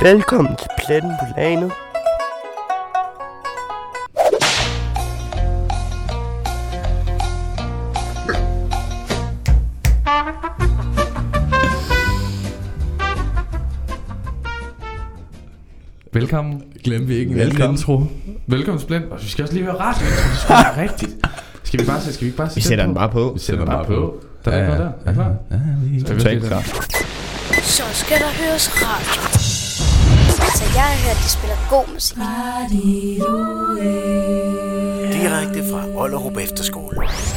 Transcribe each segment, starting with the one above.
Velkommen til Pletten på Lanet. Velkommen. Glemmer vi ikke en anden intro? Velkommen til Blend. Vi skal også lige høre radio. Det skal være rigtigt. Skal vi ikke bare Vi sætter den bare på. Vi sætter den bare på. Der er noget der. Er klar? Ja, vi er totalt klar. Så skal der høres radio. Altså, jeg har hørt, de spiller god musik. Direkte fra Ollerup Efterskole.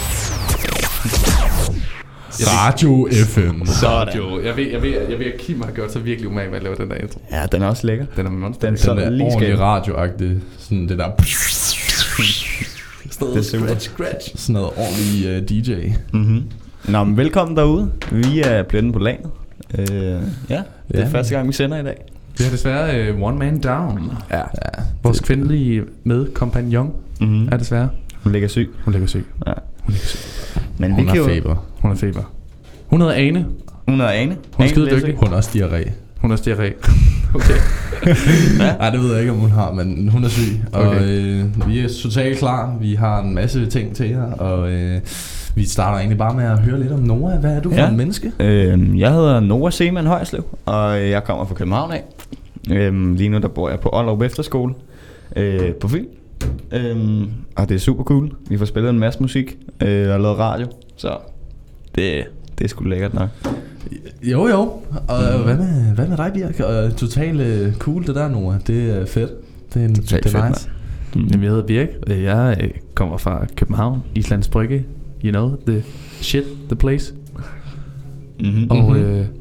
Radio FM. Radio. Jeg ved, at Kim har gjort så virkelig umage med at lave den der intro. Ja, den er også lækker. Den er med monster. Den Sådan lige ordentlig radioagtig. Sådan det der. Det er super. Scratch. Sådan noget ordentlig DJ. Nå, men velkommen derude. Vi er Pletten på Lanet. Ja, det er første gang vi sender i dag. Vi har desværre One Man Down. Ja. Vores kvindelige medkompagnon er desværre. Hun ligger syg. Ja. Men Hun vi kan har jo... feber. Hun har feber. Hun hedder Ane. Hun er Ane. Hun er skide dygtig. Hun har også diarré. Hun har diarré. Okay. Nej, det ved jeg ikke om hun har, men hun er syg. Og Okay. vi er totalt klar. Vi har en masse ting til jer. Og vi starter egentlig bare med at høre lidt om Noah. Hvad er du for en menneske? Jeg hedder Noah Seemann Højslev, og jeg kommer fra København af. Lige nu der bor jeg på Ollerup Efterskole på Fyn. Og det er super cool. Vi får spillet en masse musik og lavet radio. Så det er sgu lækkert nok. Jo. Og hvad med dig, Birk? Totalt cool det der, Noah. Det er fedt. Det er nice. Jamen, jeg hedder Birk. Jeg kommer fra København, Islands Brygge. You know, the shit, the place. Og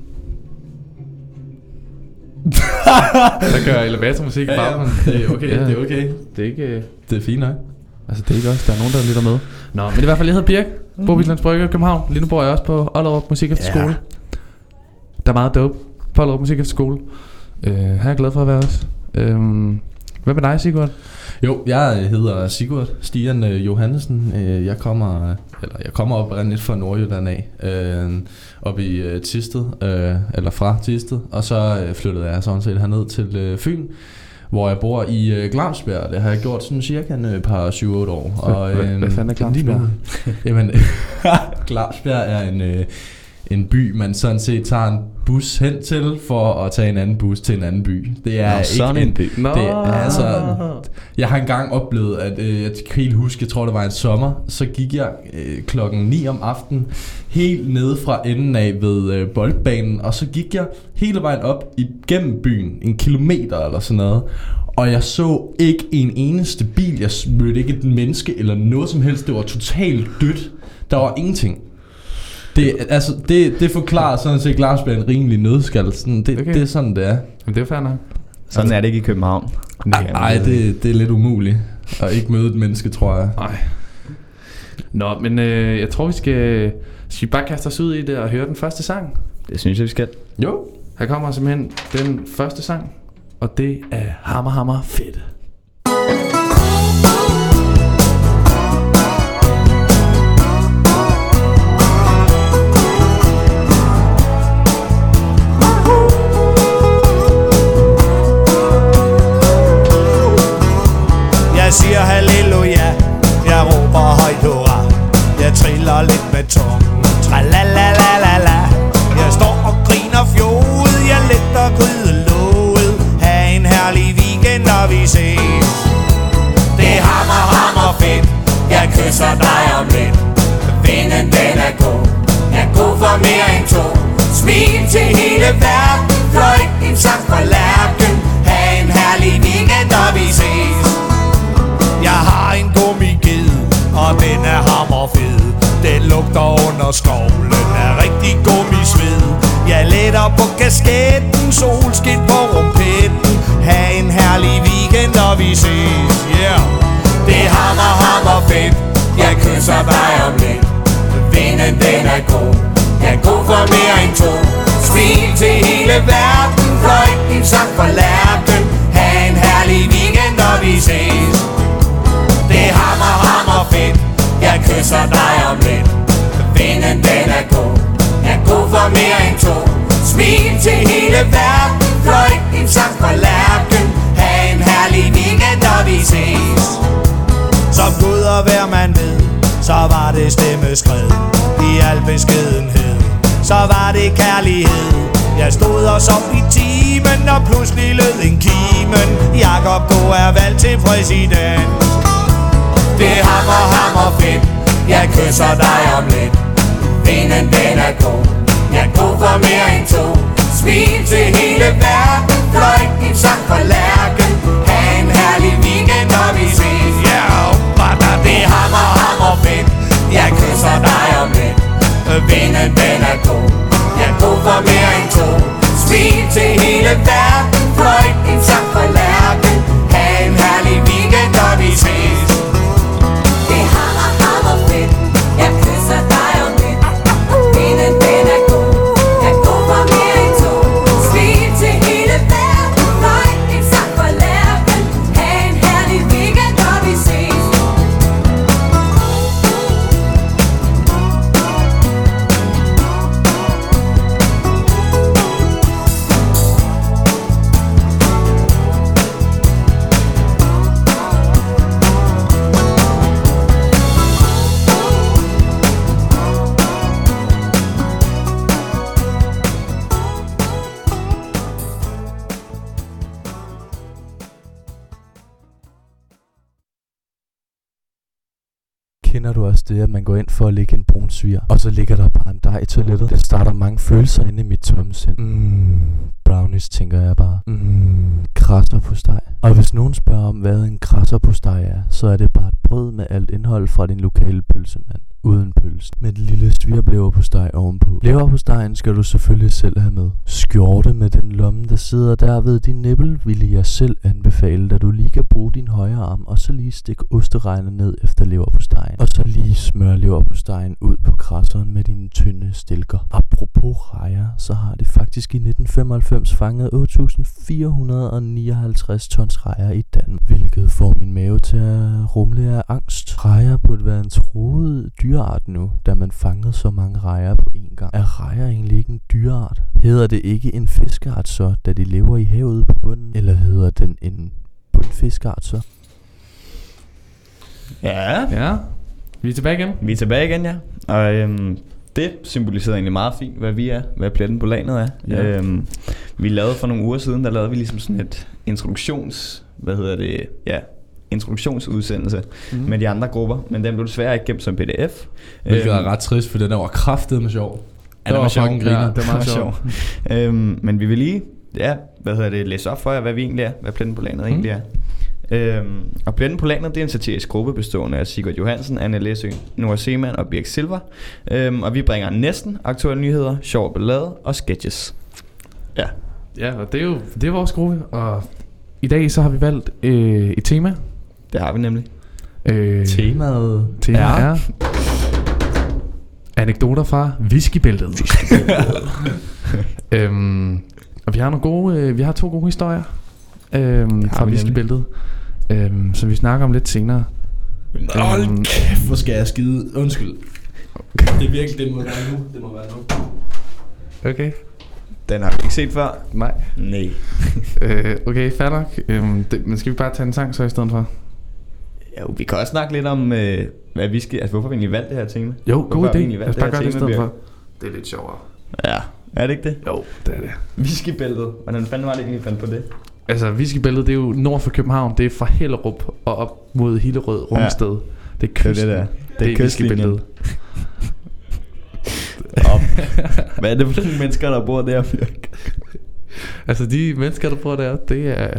der gør elevatormusik i baggrunden. Det er okay, Ja. det er okay. Det er ikke... Det er fint nok. Altså, det er ikke også. Der er nogen, der lytter med. Nå, men i hvert fald, jeg hedder Birk. Bor på Islands Brygge, København. Lige nu bor jeg også på Ollerup Musik Efter Skole. Der er meget dope på Ollerup Musik Efter Skole. Her er jeg glad for at være også. Hvad med dig, Sigurd? Jo, jeg hedder Sigurd Stian Johannesen. Jeg kommer oprindeligt fra Nordjylland af, op i Thisted, eller fra Thisted. Og så flyttede jeg sådan set herned til Fyn, hvor jeg bor i Glamsbjerg. Det har jeg gjort sådan cirka et par 7-8 år. Og, Hvad fanden er Glamsbjerg? Jamen, Glamsbjerg er en by, man sådan set tager en bus hen til for at tage en anden bus til en anden by. Det er ikke en by. Det er, altså, jeg har engang oplevet, at jeg kan helt huske, jeg tror det var en sommer, så gik jeg klokken 9 om aftenen helt nede fra enden af ved boldbanen, og så gik jeg hele vejen op igennem byen, 1 kilometer eller sådan noget. Og jeg så ikke en eneste bil, jeg mødte ikke et menneske eller noget som helst. Det var totalt dødt. Der var ingenting. Det forklarer sådan set Glamsbjerg en rimelig nødskal. Det er sådan det er. Men det er jo fair nok. Sådan er det ikke i København. Nej, det er lidt umuligt at ikke møde et menneske, tror jeg. Nej. Nå, men jeg tror vi skal bare kaste os ud i det og høre den første sang. Det synes jeg vi skal. Jo. Her kommer simpelthen den første sang, og det er hammer fedt. Jeg siger halleluja, jeg råber højt hurra. Jeg triller lidt med tungen, tralalalala. Jeg står og griner fjoget, jeg letter grydelåget. Ha' en herlig weekend, og vi ses. Det er hammer fedt, jeg kysser dig om lidt. Vinden den er god, jeg er god for mere end 2. Smil til hele verden, fløjt en sang for lærken. Ha' en herlig weekend, og vi ses. Jeg har en gummiged, og den er hammerfed. Den lugter under skovlen af rigtig gummisved. Jeg letter på kasketten, solskin på rumpetten. Ha' en herlig weekend, og vi ses, yeah. Det er hammer fedt, jeg kysser dig om lidt. Vinden den er god, jeg er god for mere end 2. Smil til hele verden, fløjt en sang for lærken. Ha' en herlig weekend, og vi ses. Det er hammer fedt, jeg kysser dig om lidt. Vinden den er god, jeg er god for mere end 2. Smil til hele verden, fløjt en sang for ses. Som Gud og hver man ved, så var det stemmeskred i al beskedenhed. Så var det kærlighed. Jeg stod os op i timen, og pludselig lød en kimen. Jakob Go er valgt til præsident. Det er hammer fedt. Jeg kysser dig om lidt. Vinden den er god. Jeg går for mere end to. Smil til hele verden. Fløjt din sang for lærken. Ha' en herlig weekend, når vi ses. Det er hammer fedt. Jeg kysser dig om lidt. Vinden den er god. Jeg går for mere end to. Smil til hele verden. Fløjt din sang for lærken. Ha' en herlig weekend, når vi ses. Det er hammer fedt. Jeg kysser dig om lidt. Vinden den er god. Jeg går for mere end to. Smil til hele verden. Fløjt din sang for lærken. Ha' en herlig weekend, når vi ses. Kender du også det, at man går ind for at lægge en brun svir, og så ligger der bare en dej i toilettet? Det starter mange følelser inde i mit tomme sind. Brownies, tænker jeg bare. Kratterpostej. Og hvis nogen spørger om, hvad en kratterpostej er, så er det bare et brød med alt indhold fra din lokale pølsemand. Uden pølse. Med et lille svirbleverpostej ovenpå. Leverpostejen skal du selvfølgelig selv have med. Skjorte med den lomme, der sidder der ved din nippel, ville jeg selv anbefale, da du lige kan bruge din højre arm, og så lige stikke osteregnet ned efter leverpostejen. Og så lige smøre leverpostejen ud på krasseren med dine tynde stilker. Apropos rejer, så har det faktisk i 1995 fanget 8.459 tons rejer i Danmark, hvilket får min mave til at rumle af angst. Rejer burde være en truet dyreart nu, da man fangede så mange rejer på én gang. Er rejer egentlig ikke en dyreart? Hedder det ikke en fiskeart så, da de lever i havet på bunden? Eller hedder den en bundfiskart så? Ja. Vi er tilbage igen. Vi er tilbage igen, ja. Og det symboliserer egentlig meget fint, hvad vi er, hvad pletten på lanet er. Ja. Vi lavede for nogle uger siden, der lavede vi ligesom sådan et introduktionsudsendelse med de andre grupper, men den blev desværre ikke gemt som pdf. Hvilket er ret trist, for den der var kraftedeme sjov. Det var fucking griner. Ja, det var meget sjov. Men vi vil lige læse op for jer, hvad vi egentlig er, hvad pletten på lanet egentlig er. Og Pletten på Landet, det er en satirisk gruppe bestående af Sigurd Johansen, Anne Læsø, Noah Seemann og Birk Silver. Og vi bringer næsten aktuelle nyheder, sjov ballade og sketches. Ja, og det er vores gruppe. Og i dag så har vi valgt et tema. Det har vi nemlig. Temaet er anekdoter fra whiskybæltet. Og vi har vi har 2 gode historier fra whiskybæltet, som vi snakker om lidt senere. Hold kæft, hvor skal jeg skide. Undskyld. Det er virkelig, det må være nu. Det må være nu. Okay. Den har vi ikke set før. Nej. Okay, fair nok. Men skal vi bare tage en sang så i stedet for? Jo, vi kan også snakke lidt om hvad vi skal, altså hvorfor vi egentlig valgte det her tema. Jo, god idé. Lad os bare gøre det i stedet Birk? for. Det er lidt sjovere. Ja, er det ikke det? Jo, det er det. Whiskybæltet. Hvordan fanden var det egentlig, fandt på det? Altså, whiskybæltet, det er jo nord for København. Det er fra Hellerup og op mod Hillerød, Rungsted. Ja. Det er kysten. Det er kystlinjen. Hvad er det for nogle mennesker, der bor der, Birk? Altså, de mennesker, der bor der, det er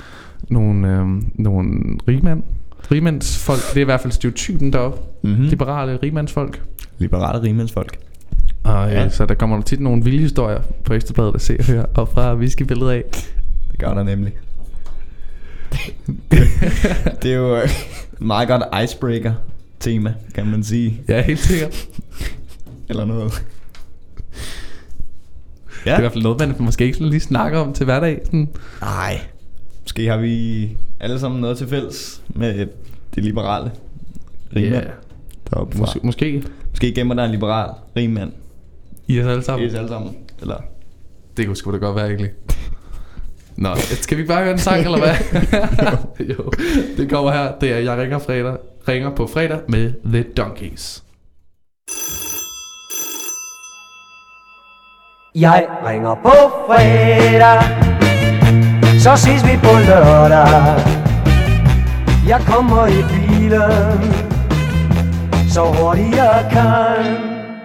nogle rigmandsfolk. Det er i hvert fald stereotypen deroppe. Liberale rigmandsfolk. Og så der kommer tit nogle vilde historier på Ekstrabladet, der ser og hører, og fra whiskybæltet af. Det gør der nemlig. Det er jo meget godt icebreaker tema, kan man sige. Ja, helt sikkert. Eller noget. Det er i hvert fald noget, man måske ikke lige snakker om til hverdag. Nej. Måske har vi alle sammen noget til fælles med det liberale rigmand. Måske gemmer der en liberal rigmand I os alle sammen. Eller det kunne sgu da godt være egentlig. Nå, skal vi ikke bare høre en sang, eller hvad? Jo, det kommer her. Det er Jeg ringer på fredag med The Donkeys. Jeg ringer på fredag, så ses vi på lørdag. Jeg kommer i bilen, så hurtigt jeg kan.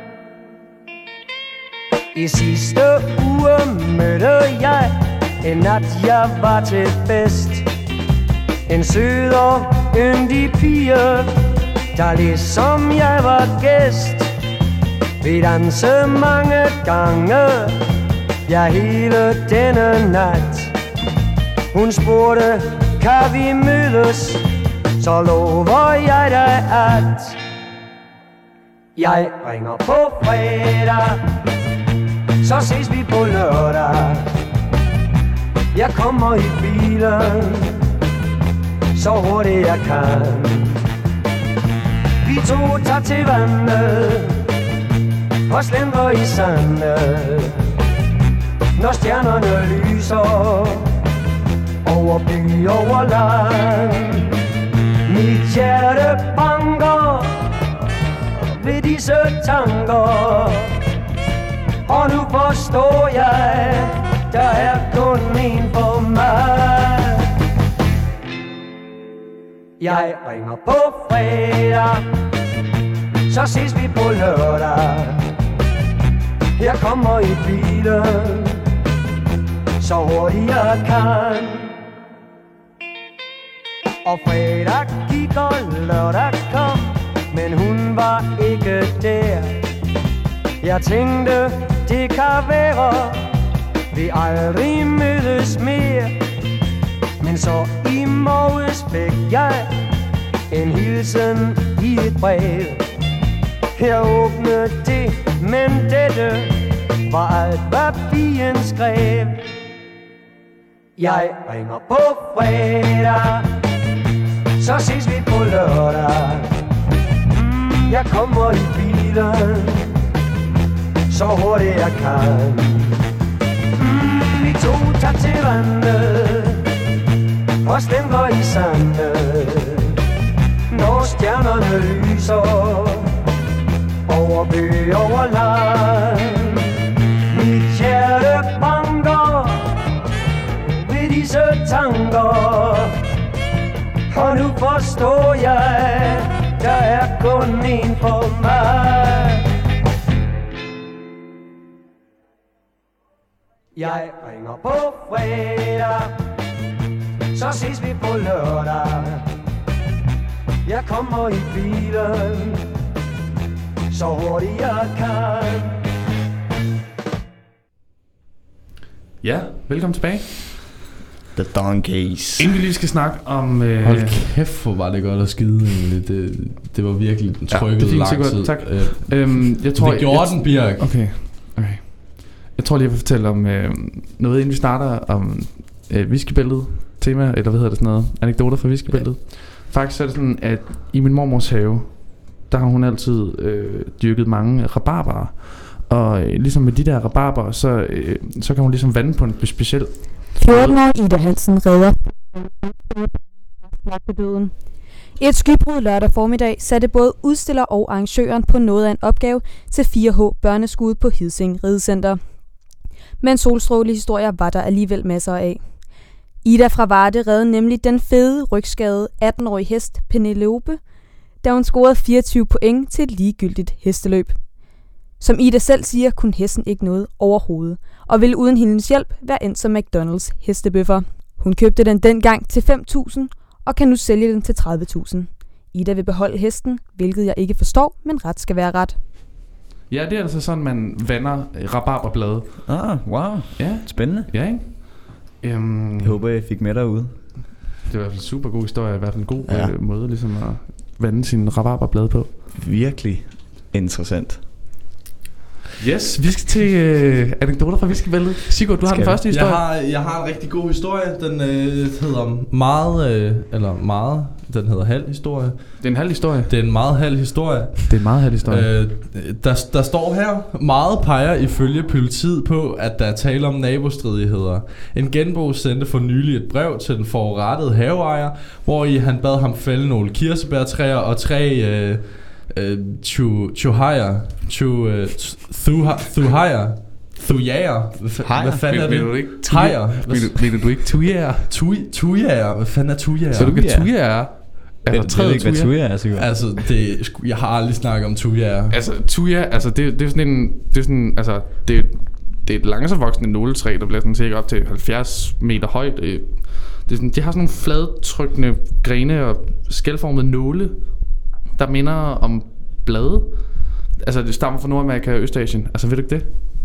I sidste uge mødte jeg en nat, jeg var til fest. En sød og yndig pige, der ligesom jeg var gæst. Vi dansede mange gange, ja hele denne nat. Hun spurgte, kan vi mødes, så lover jeg dig at jeg ringer på fredag, så ses vi på lørdag. Jeg kommer i bilen, så hurtigt jeg kan. Vi to tager til vandet og slendrer i sandet, når stjernerne lyser over by, over land. Mit hjerte banker ved disse tanker, og nu forstår jeg, der er kun en for mig. Jeg ringer på fredag, så ses vi på lørdag. Jeg kommer i bilen, så hurtigt jeg kan. Og fredag gik og lørdag kom, men hun var ikke der. Jeg tænkte, det kan være, vi aldrig mødes mere. Men så i morges fik jeg en hilsen i et brev. Jeg åbnede det, men dette var alt, hvad pigen skrev. Jeg ringer på fredag, så ses vi på lørdag. Jeg kommer i bilen, så hurtigt jeg kan. Vi to tager til vandet og stemmer i sandet, når stjernerne lyser over by, over land. Mit hjerte banker ved disse tanker, og nu forstår jeg, der er kun en for mig. Jeg ringer på fredag, så ses vi på lørdag. Jeg kommer i bilen, så hurtigt jeg kan. Ja, velkommen tilbage. The Donkeys. Inden vi lige skal snakke om... Hold kæft, hvor var det godt at skide egentlig. Det var virkelig den trykkede lang tid. Tak. Jeg tror, det gjorde den, Birk. Okay. Jeg tror lige, jeg vil fortælle om noget, inden vi starter om whiskybæltet tema, eller hvad hedder det sådan noget, anekdoter fra whiskybæltet. Faktisk er det sådan, at i min mormors have, der har hun altid dyrket mange rabarberer. Og ligesom med de der rabarber, så kan hun ligesom vande på en speciel 14-årige Ida Hansen redder døden. I et skybrud lørdag formiddag satte både udstiller og arrangøren på noget af en opgave til 4H børneskud på Hidsing Ridecenter. Men solstrålehistorier var der alligevel masser af. Ida fra Varde reddede nemlig den fede, rygskadede 18-årige hest Penelope, da hun scorede 24 point til et ligegyldigt hesteløb. Som Ida selv siger, kunne hesten ikke noget overhovedet, og ville uden hendes hjælp være endt som McDonald's hestebøffer. Hun købte den dengang til 5.000 og kan nu sælge den til 30.000. Ida vil beholde hesten, hvilket jeg ikke forstår, men ret skal være ret. Ja, det er altså sådan, man vander rabarberblade. Wow. Ja. Spændende. Ja, ikke? Jeg håber, jeg fik med derude. Det var i hvert fald en super god historie, i hvert fald en god måde ligesom at vande sin rabarberblade på. Virkelig interessant. Yes, vi skal til anekdoter fra whiskybæltet. Sigurd, du har den første historie. Jeg har en rigtig god historie. Den hedder meget Den hedder halv historie. Det er en halv historie. Det er en meget halv historie. Det er en meget halv historie. Der står her, meget peger ifølge politiet på, at der er tale om nabostridigheder. En genbo sendte for nylig et brev til den forurettede haveejer, hvor i han bad ham fælde nogle kirsebærtræer og 3 thujager. Hvad fanden er det? Vil du ikke Hajer. Vil du ikke thujager? Thujager. Hvad fanden er thujager? Så du kan thujager? Altså, det ikke, hvad thujager er, sikkert. Altså, jeg har aldrig snakket om thujager. Altså, thujager, altså, det er sådan en... Det er sådan, altså, det er et langsomvoksende nåletræ, der bliver sådan cirka op til 70 meter højt. Det er sådan, de har sådan nogle fladtrykkende grene og skælformede nåle, der minder om blade. Altså, det stammer fra Nordamerika og Østasien. Altså, ved du ikke det?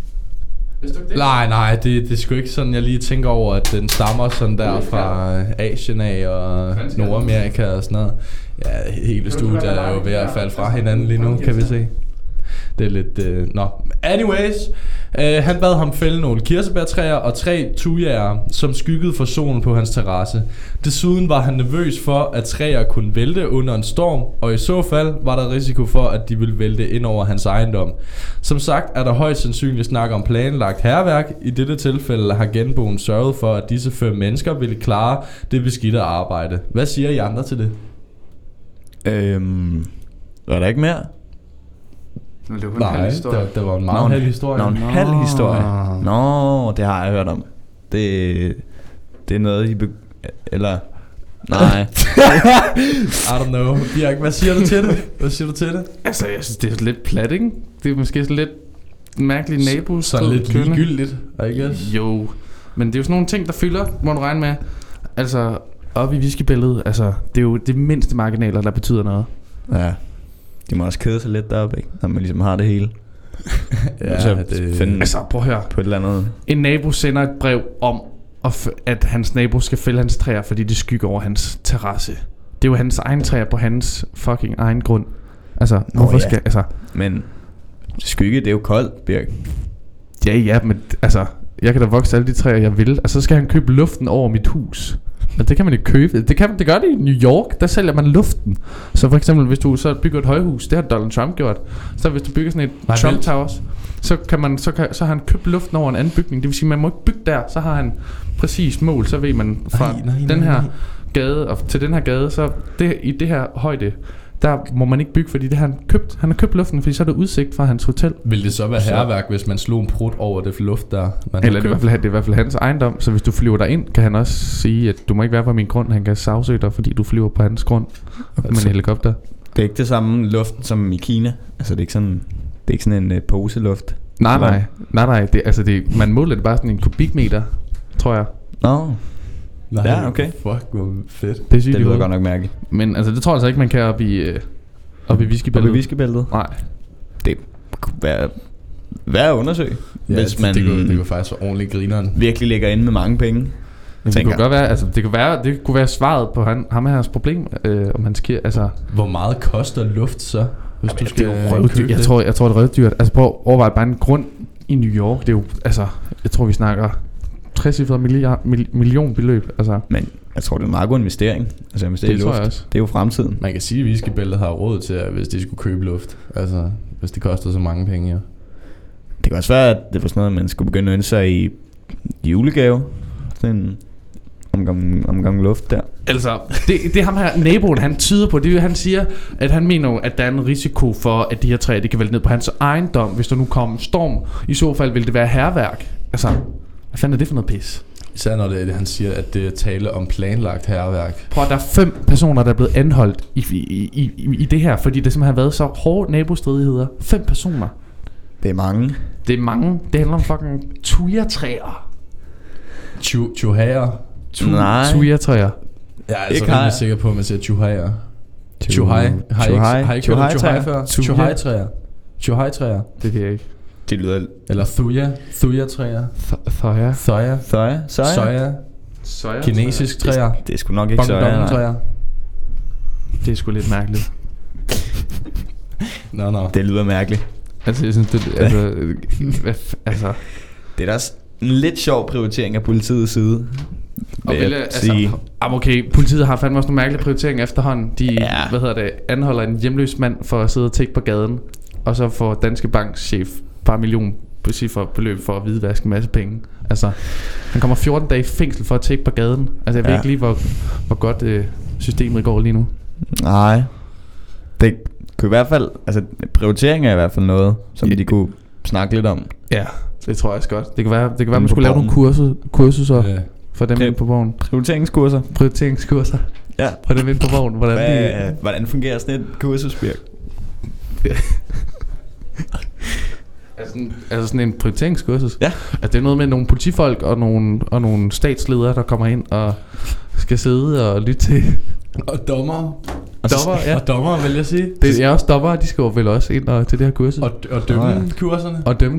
Nej, det er sgu ikke sådan, jeg lige tænker over, at den stammer sådan der fra Asien af og Nordamerika og sådan noget. Ja, hele studiet er jo ved at falde fra hinanden lige nu, kan vi se. Det er lidt... Anyways, han bad ham fælde nogle kirsebærtræer og 3 thujaer, som skyggede for solen på hans terrasse. Desuden var han nervøs for, at træer kunne vælte under en storm, og i så fald var der risiko for, at de ville vælte ind over hans ejendom. Som sagt er der højst sandsynligt snak om planlagt hærværk. I dette tilfælde har genboen sørget for, at disse 5 mennesker ville klare det beskidte arbejde. Hvad siger I andre til det? Var der ikke mere? Nej, det var en meget halv historie. En halv historie. Nå, det har jeg hørt om. Det er noget eller nej. I don't know. Birk, hvad siger du til det? Altså, jeg synes det er lidt plat, ikke? Det er måske sådan lidt mærkeligt nabo. Så lidt ligegyldigt, I guess. Jo, men det er jo sådan nogle ting, der fylder, må du regne med. Altså, oppe i whiskybæltet, altså, det er jo det mindste marginaler, der betyder noget. Ja. De må også kede sig lidt deroppe, ikke? Når man ligesom har det hele. Ja, altså, prøv at høre. På et eller andet. En nabo sender et brev om, at hans nabo skal fælde hans træer, fordi de skygger over hans terrasse. Det er jo hans egen træer på hans fucking egen grund. Altså, hvorfor skal... Altså, men skygge, det er jo koldt, Birk. Ja, men altså, jeg kan da vokse alle de træer, jeg vil. Altså, så skal han købe luften over mit hus. Men det kan man ikke købe. Det gør det i New York. Der sælger man luften. Så for eksempel hvis du så bygger et højhus, det har Donald Trump gjort. Så hvis du bygger sådan et Trump Towers, så har han købt luften over en anden bygning. Det vil sige man må ikke bygge der. Så har han præcis mål. Så ved man fra den her gade og til den her gade, så i det her højde, der må man ikke bygge, fordi det han har købt luften, fordi så er der udsigt fra hans hotel. Vil det så være hærværk, hvis man slog en prut over det luft der? Eller det er i hvert fald hans ejendom. Så hvis du flyver derind, kan han også sige, at du må ikke være på min grund. Han kan sagsøge dig, fordi du flyver på hans grund med en helikopter. Det er ikke det samme luft som i Kina. Altså det er ikke sådan en poseluft. Nej. Man måler det bare sådan en kubikmeter, tror jeg. Nej, ja, okay. Fuck, hvor fedt. Det lyder godt nok mærkeligt. Men altså det tror jeg altså ikke man kan op i whiskybæltet. Op i whiskybæltet? Nej. Det kunne være værd at undersøge, ja, hvis man det kunne faktisk være ordentligt grineren. Virkelig ligger inde med mange penge. Men det kunne godt være, altså det kunne være svaret på ham her hans problem, om han skal, altså. Hvor meget koster luft så? Hvis du skal jeg tror det er røvdyrt. Altså prøv at overveje bare en grund i New York. Det er jo, altså, jeg tror vi snakker 60 millionbeløb, altså. Men jeg tror det er en meget god investering. Altså investere i luft. Det er jo fremtiden. Man kan sige at whiskybæltet har råd til, at hvis de skulle købe luft. Altså hvis det koster så mange penge, ja. Det kan også være at det var sådan noget man skulle begynde at ønske sig i julegave. Sådan en omgang luft der. Altså det er ham her naboen han tyder på. Det han siger at han mener at der er en risiko for at de her træer de kan vælte ned på hans ejendom, hvis der nu kommer storm. I så fald vil det være hærværk. Altså hvad fanden er det for noget pis? Især når det han siger, at det er tale om planlagt hærværk. Prøv at der er 5 personer, der er blevet anholdt i det her, fordi det simpelthen har været så hårde nabostridigheder. 5 personer. Det er mange. Det handler om fucking thuja-træer. Thujaer? Nej. Thuja-træer. Jeg er altså rimelig sikker på, at man siger thujaer. Thuhaj. Har I ikke hørt thuhaj før? Thuhaj-træer. Det kan jeg ikke. Det lyder... Eller thuja-træer. Soja. Kinesisk træer. Det er sgu nok ikke soja. Det er sgu lidt mærkeligt. Nå. Det lyder mærkeligt. Altså jeg synes det altså det er da også en lidt sjov prioritering af politiets side. Og okay, politiet har fandme også nogle mærkelige prioriteringer efterhånden. De, anholder en hjemløs mand for at sidde og tigge på gaden. Og så får Danske Banks chef bare millionbeløb for at hvidvaske en masse penge. Altså, han kommer 14 dage i fængsel for at tigge på gaden. Altså, jeg ved ikke lige, hvor godt systemet går lige nu. Nej. Det kunne i hvert fald, altså prioritering er i hvert fald noget, som de kunne snakke lidt om. Ja, det tror jeg også godt. Det kan være man skulle lave nogle kurser for dem ind på vognen. Prioriteringskurser. Ja. For dem ind på vognen. Hvordan fungerer sådan et kursus, Birk? Altså sådan en prioriteringskursus. Ja. Altså det er noget med nogle politifolk og nogle statsledere, der kommer ind og skal sidde og lytte til. Og dommer. Og dommer, vil jeg sige. Det er også dommere, de skal jo vel også ind til det her kursus. Og dømme kurserne. Og dømme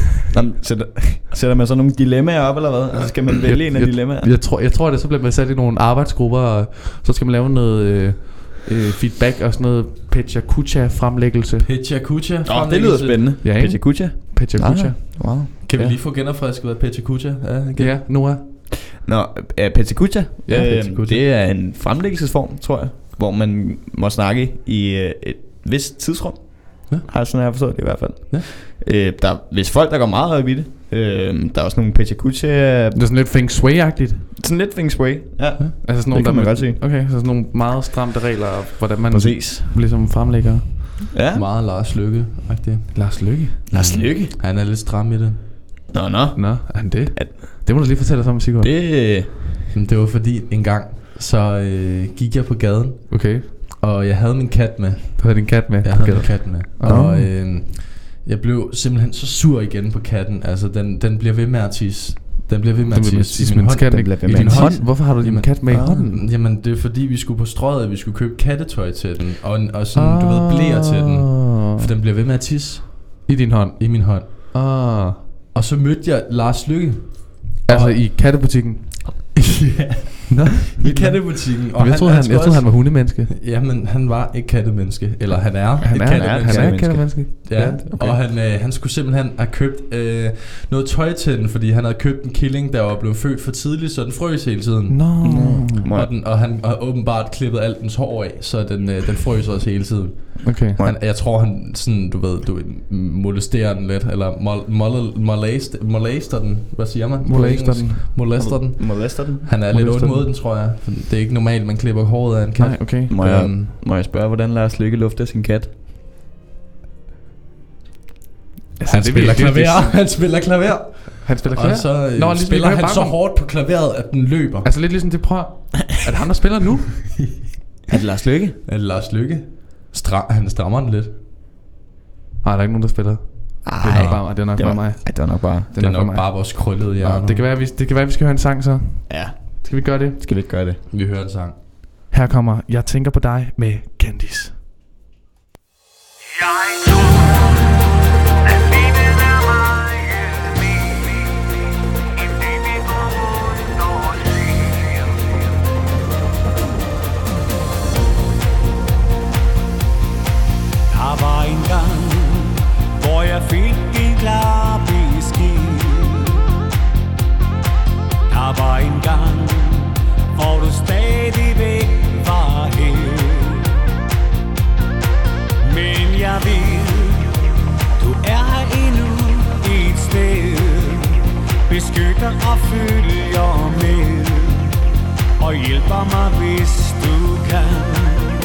Sætter man så nogle dilemmaer op, eller hvad? Altså skal man vælge en af dilemmaer? Jeg tror det så bliver man sat i nogle arbejdsgrupper, og så skal man lave noget feedback og sådan noget Pecha Kucha fremlæggelse. Pecha Kucha fremlæggelse. Det lyder spændende. Ja, Pecha Kucha. Pecha Kucha. Wow. Kan vi lige få genopfrisket, hvad Pecha Kucha er? Ja, Noah. Pecha Kucha. Det er en fremlæggelsesform, tror jeg, hvor man må snakke i et vist tidsrum. Ja. Har sådan jeg forstået det i hvert fald. Ja. Hvis folk der går meget op i det. Der er også nogle Pecha Kucha. Det er sådan lidt Feng Shui-agtigt. Sådan lidt Feng Shui. Ja. Altså sådan nogle, det kan man godt sige. Okay, så sådan nogle meget stramte regler, hvordan man præcis ligesom fremlægger. Ja. Meget Lars Løkke-agtigt. Lars Løkke? Han er lidt stram i det. Nå, er han det? Det må du lige fortælle os om, Sigurd. Det var fordi en gang så gik jeg på gaden. Okay. Og jeg havde min kat med. Du havde din kat med? Jeg havde min kat med. Og jeg blev simpelthen så sur igen på katten. Altså den bliver ved med at tisse. Den bliver ved med at tisse i min hånd. Hvorfor har du din kat med i hånden? Jamen det er fordi vi skulle på Strøget. Vi skulle købe kattetøj til den. Og sådan du ved blæer til den. For den bliver ved med at tisse. I din hånd? I min hånd. Og så mødte jeg Lars Løkke. Altså i kattebutikken? Ja. I kattebutikken. Og jeg troede han var hundemenneske. Jamen han var ikke kattemenneske. Eller han er et kattemenneske. Ja, okay. Og han skulle simpelthen have købt noget tøj til den. Fordi han havde købt en killing, der var blevet født for tidligt, så den frøs hele tiden. Og han har åbenbart klippet alt dens hår af, så den frøs også hele tiden. Okay. Jeg tror han sådan, du molesterer den lidt. Eller molester den. Hvad siger man? Molester den. Han er lidt ondt mod den, tror jeg. Det er ikke normalt, man klipper håret af en kat. Nej, okay. Må jeg spørge, hvordan Lars Løkke lufter sin kat? Han spiller klaver. Og så spiller han så hårdt på klaveret, at den løber. Altså lidt ligesom det prøver. Er det ham, der spiller nu? Er det Lars Løkke? Han strammer den lidt. Nej, der er ikke nogen, der spiller. Det er nok bare mig. Det er nok bare. Det er nok bare vores krøllede hjerne. Det kan være, vi skal høre en sang så. Ja. Skal vi gøre det? Skal vi ikke gøre det? Vi hører en sang. Her kommer Jeg tænker på dig med Candice. Der var en gang, hvor jeg fik en klar besked. Der var en gang, hvor du stadigvæk var her. Men jeg ved, du er her endnu et sted. Beskytter og følger med, og hjælper mig, hvis du kan.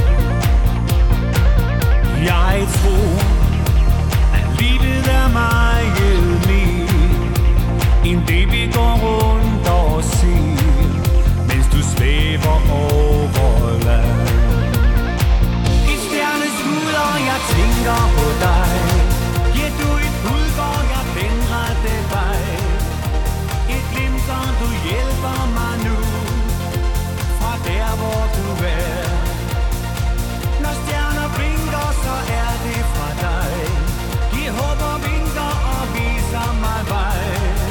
Jeg tror, at livet er meget mere end det vi går rundt og ser, mens du svæver over land. Et stjerneskud, og jeg tænker på dig. Giver du et bud, hvor jeg den rette vej? Et glimt, så du hjælper mig nu, fra der hvor du er. Når stjerner blinker, så er det fra dig. Giv håb og vinker og viser mig vej.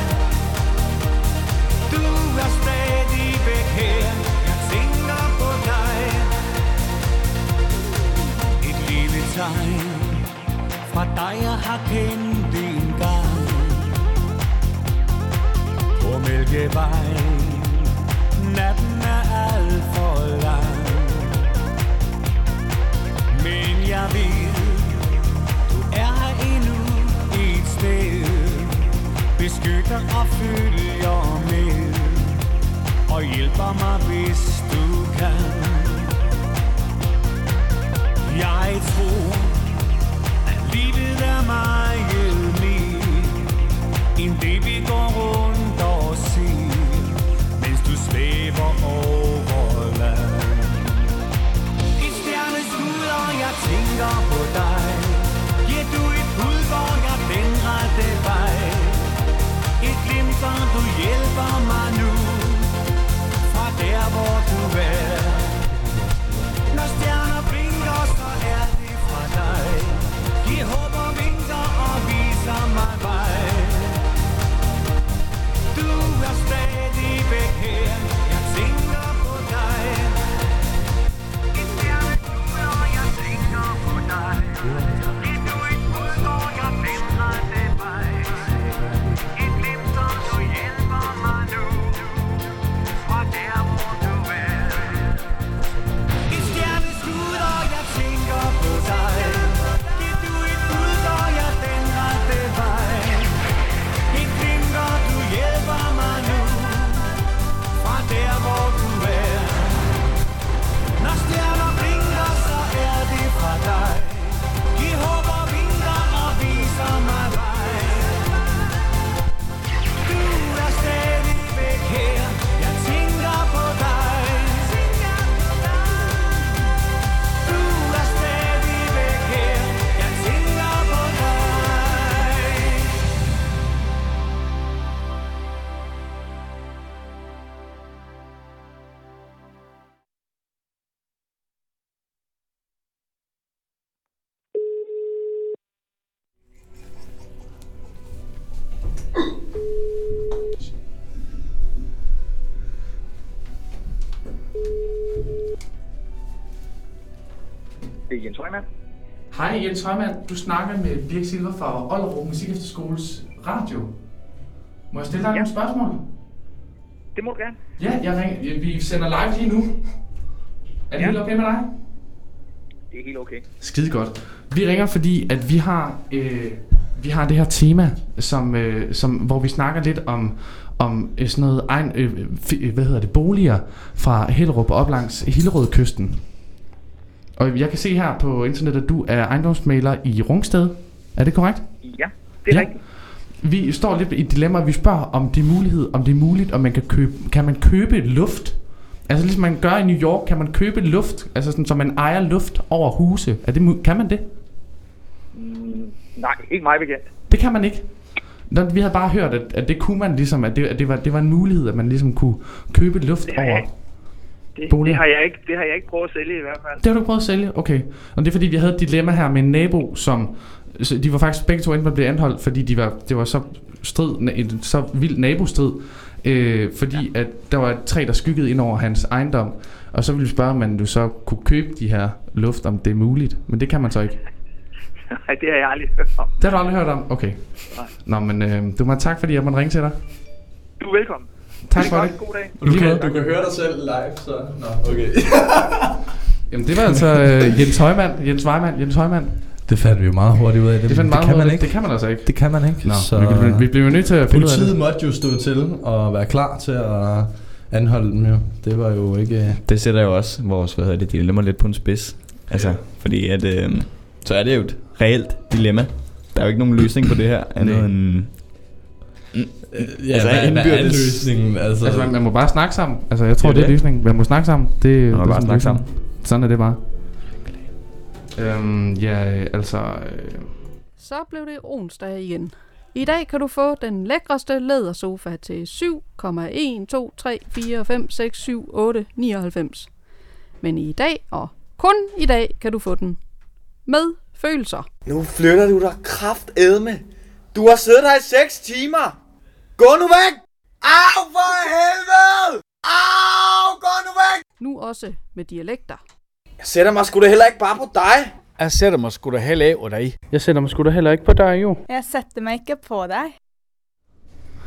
Du er stadigvæk her, jeg tænker på dig. Et lille tegn fra dig, jeg har kendt en gang. På Mælkevej, natten er alt for lang. Men jeg ved, du er her endnu et sted. Beskytter og følger med, og hjælper mig, hvis du kan. Jeg tror, at livet er meget mere, end det vi går rundt og ser, mens du svæver over land. Et stjerneskud, og jeg tænker på dig. Giver du et bud, hvor jeg den rette vej? Et glimt, så du hjælper mig nu, fra der hvor du er. Når stjerner blinker, så er det fra dig. Giv håb og vinker og viser mig vej. Du er stadigvæk her, jeg tænker på dig. Et stjerneskud, og jeg tænker på dig. Giv du et bud, hvor jeg den rette vej? Et glimt, så du hjælper mig nu, fra der hvor du er. Et stjerneskud, og jeg tænker på dig. Giv du et bud, hvor jeg den rette vej? Et glimt, og du hjælper mig nu, fra der hvor du er. Når stjerner blinker, så er det fra dig. Giv håb og vinker og viser mig vej. Du er stadigvæk her, jeg tænker på dig. Du er stadigvæk her, jeg tænker på dig. Det er Jens Højmann. Hej Jens Højmann, du snakker med Birk Silver fra Ollerup Musikefterskoles radio. Må jeg stille dig nogle spørgsmål? Det må du gerne. Ja, vi sender live lige nu. Er det helt okay med dig? Det er helt okay. Skide godt. Vi ringer, fordi at vi har det her tema, hvor vi snakker lidt om sådan noget boliger fra Hellerup op langs Hillerødkysten. Og jeg kan se her på internettet, at du er ejendomsmægler i Rungsted. Er det korrekt? Ja, det er rigtigt. Vi står lidt i et dilemma. Vi spørger om det er muligt, om man kan man købe luft. Altså ligesom man gør i New York, kan man købe luft, altså sådan, så man ejer luft over huse. Kan man det? Nej, ikke mig bekendt. Det kan man ikke. Vi havde bare hørt, at det kunne man ligesom, at det var en mulighed, at man ligesom kunne købe luft over boliger. Det har jeg ikke prøvet at sælge i hvert fald. Det har du ikke prøvet at sælge? Okay. Og det er fordi, vi havde et dilemma her med en nabo, som de var faktisk begge to inde på at blive anholdt, fordi det var så så vild nabostrid, fordi at der var et træ, der skyggede ind over hans ejendom, og så ville vi spørge, om man så kunne købe de her luft, om det er muligt, men det kan man så ikke. Nej, det har jeg aldrig hørt om. Det har du aldrig hørt om? Okay. Nej. Nå, men du må tak, fordi jeg måtte ringe til dig. Du er velkommen. Tak for det. God dag. Du kan høre dig selv live, så... Nå, okay. Jamen, det var altså Jens Højmann. Det fandt vi jo meget hurtigt ud af. Det kan man ikke. Det kan man altså ikke. Det kan man ikke. Nå, så vi blev jo nødt til at finde ud af det. Politiet måtte jo stå til og være klar til at anholde dem jo. Det var jo ikke... Det sætter jo også vores, dilemma lidt på en spids. Altså, fordi at... så er det jo et reelt dilemma. Der er jo ikke nogen løsning på det her. Andet end... Ja, hvad er løsningen? Altså man må bare snakke sammen. Altså jeg tror det er løsningen. Man må snakke sammen. Man må bare snakke sammen. Sådan er det bare. Så blev det onsdag igen. I dag kan du få den lækreste lædersofa til 7,12345677899. Men i dag, og kun i dag, kan du få den med følelser. Nu flytter du dig kraftedme. Du har siddet her i 6 timer. Gå nu væk! Au for helvede! Au, gå nu væk! Nu også med dialekter. Jeg sætter mig sgu da heller ikke bare på dig. Jeg sætter mig sgu da heller ikke på dig. Jeg sætter mig sgu da heller ikke på dig, jo. Jeg sætter mig ikke på dig.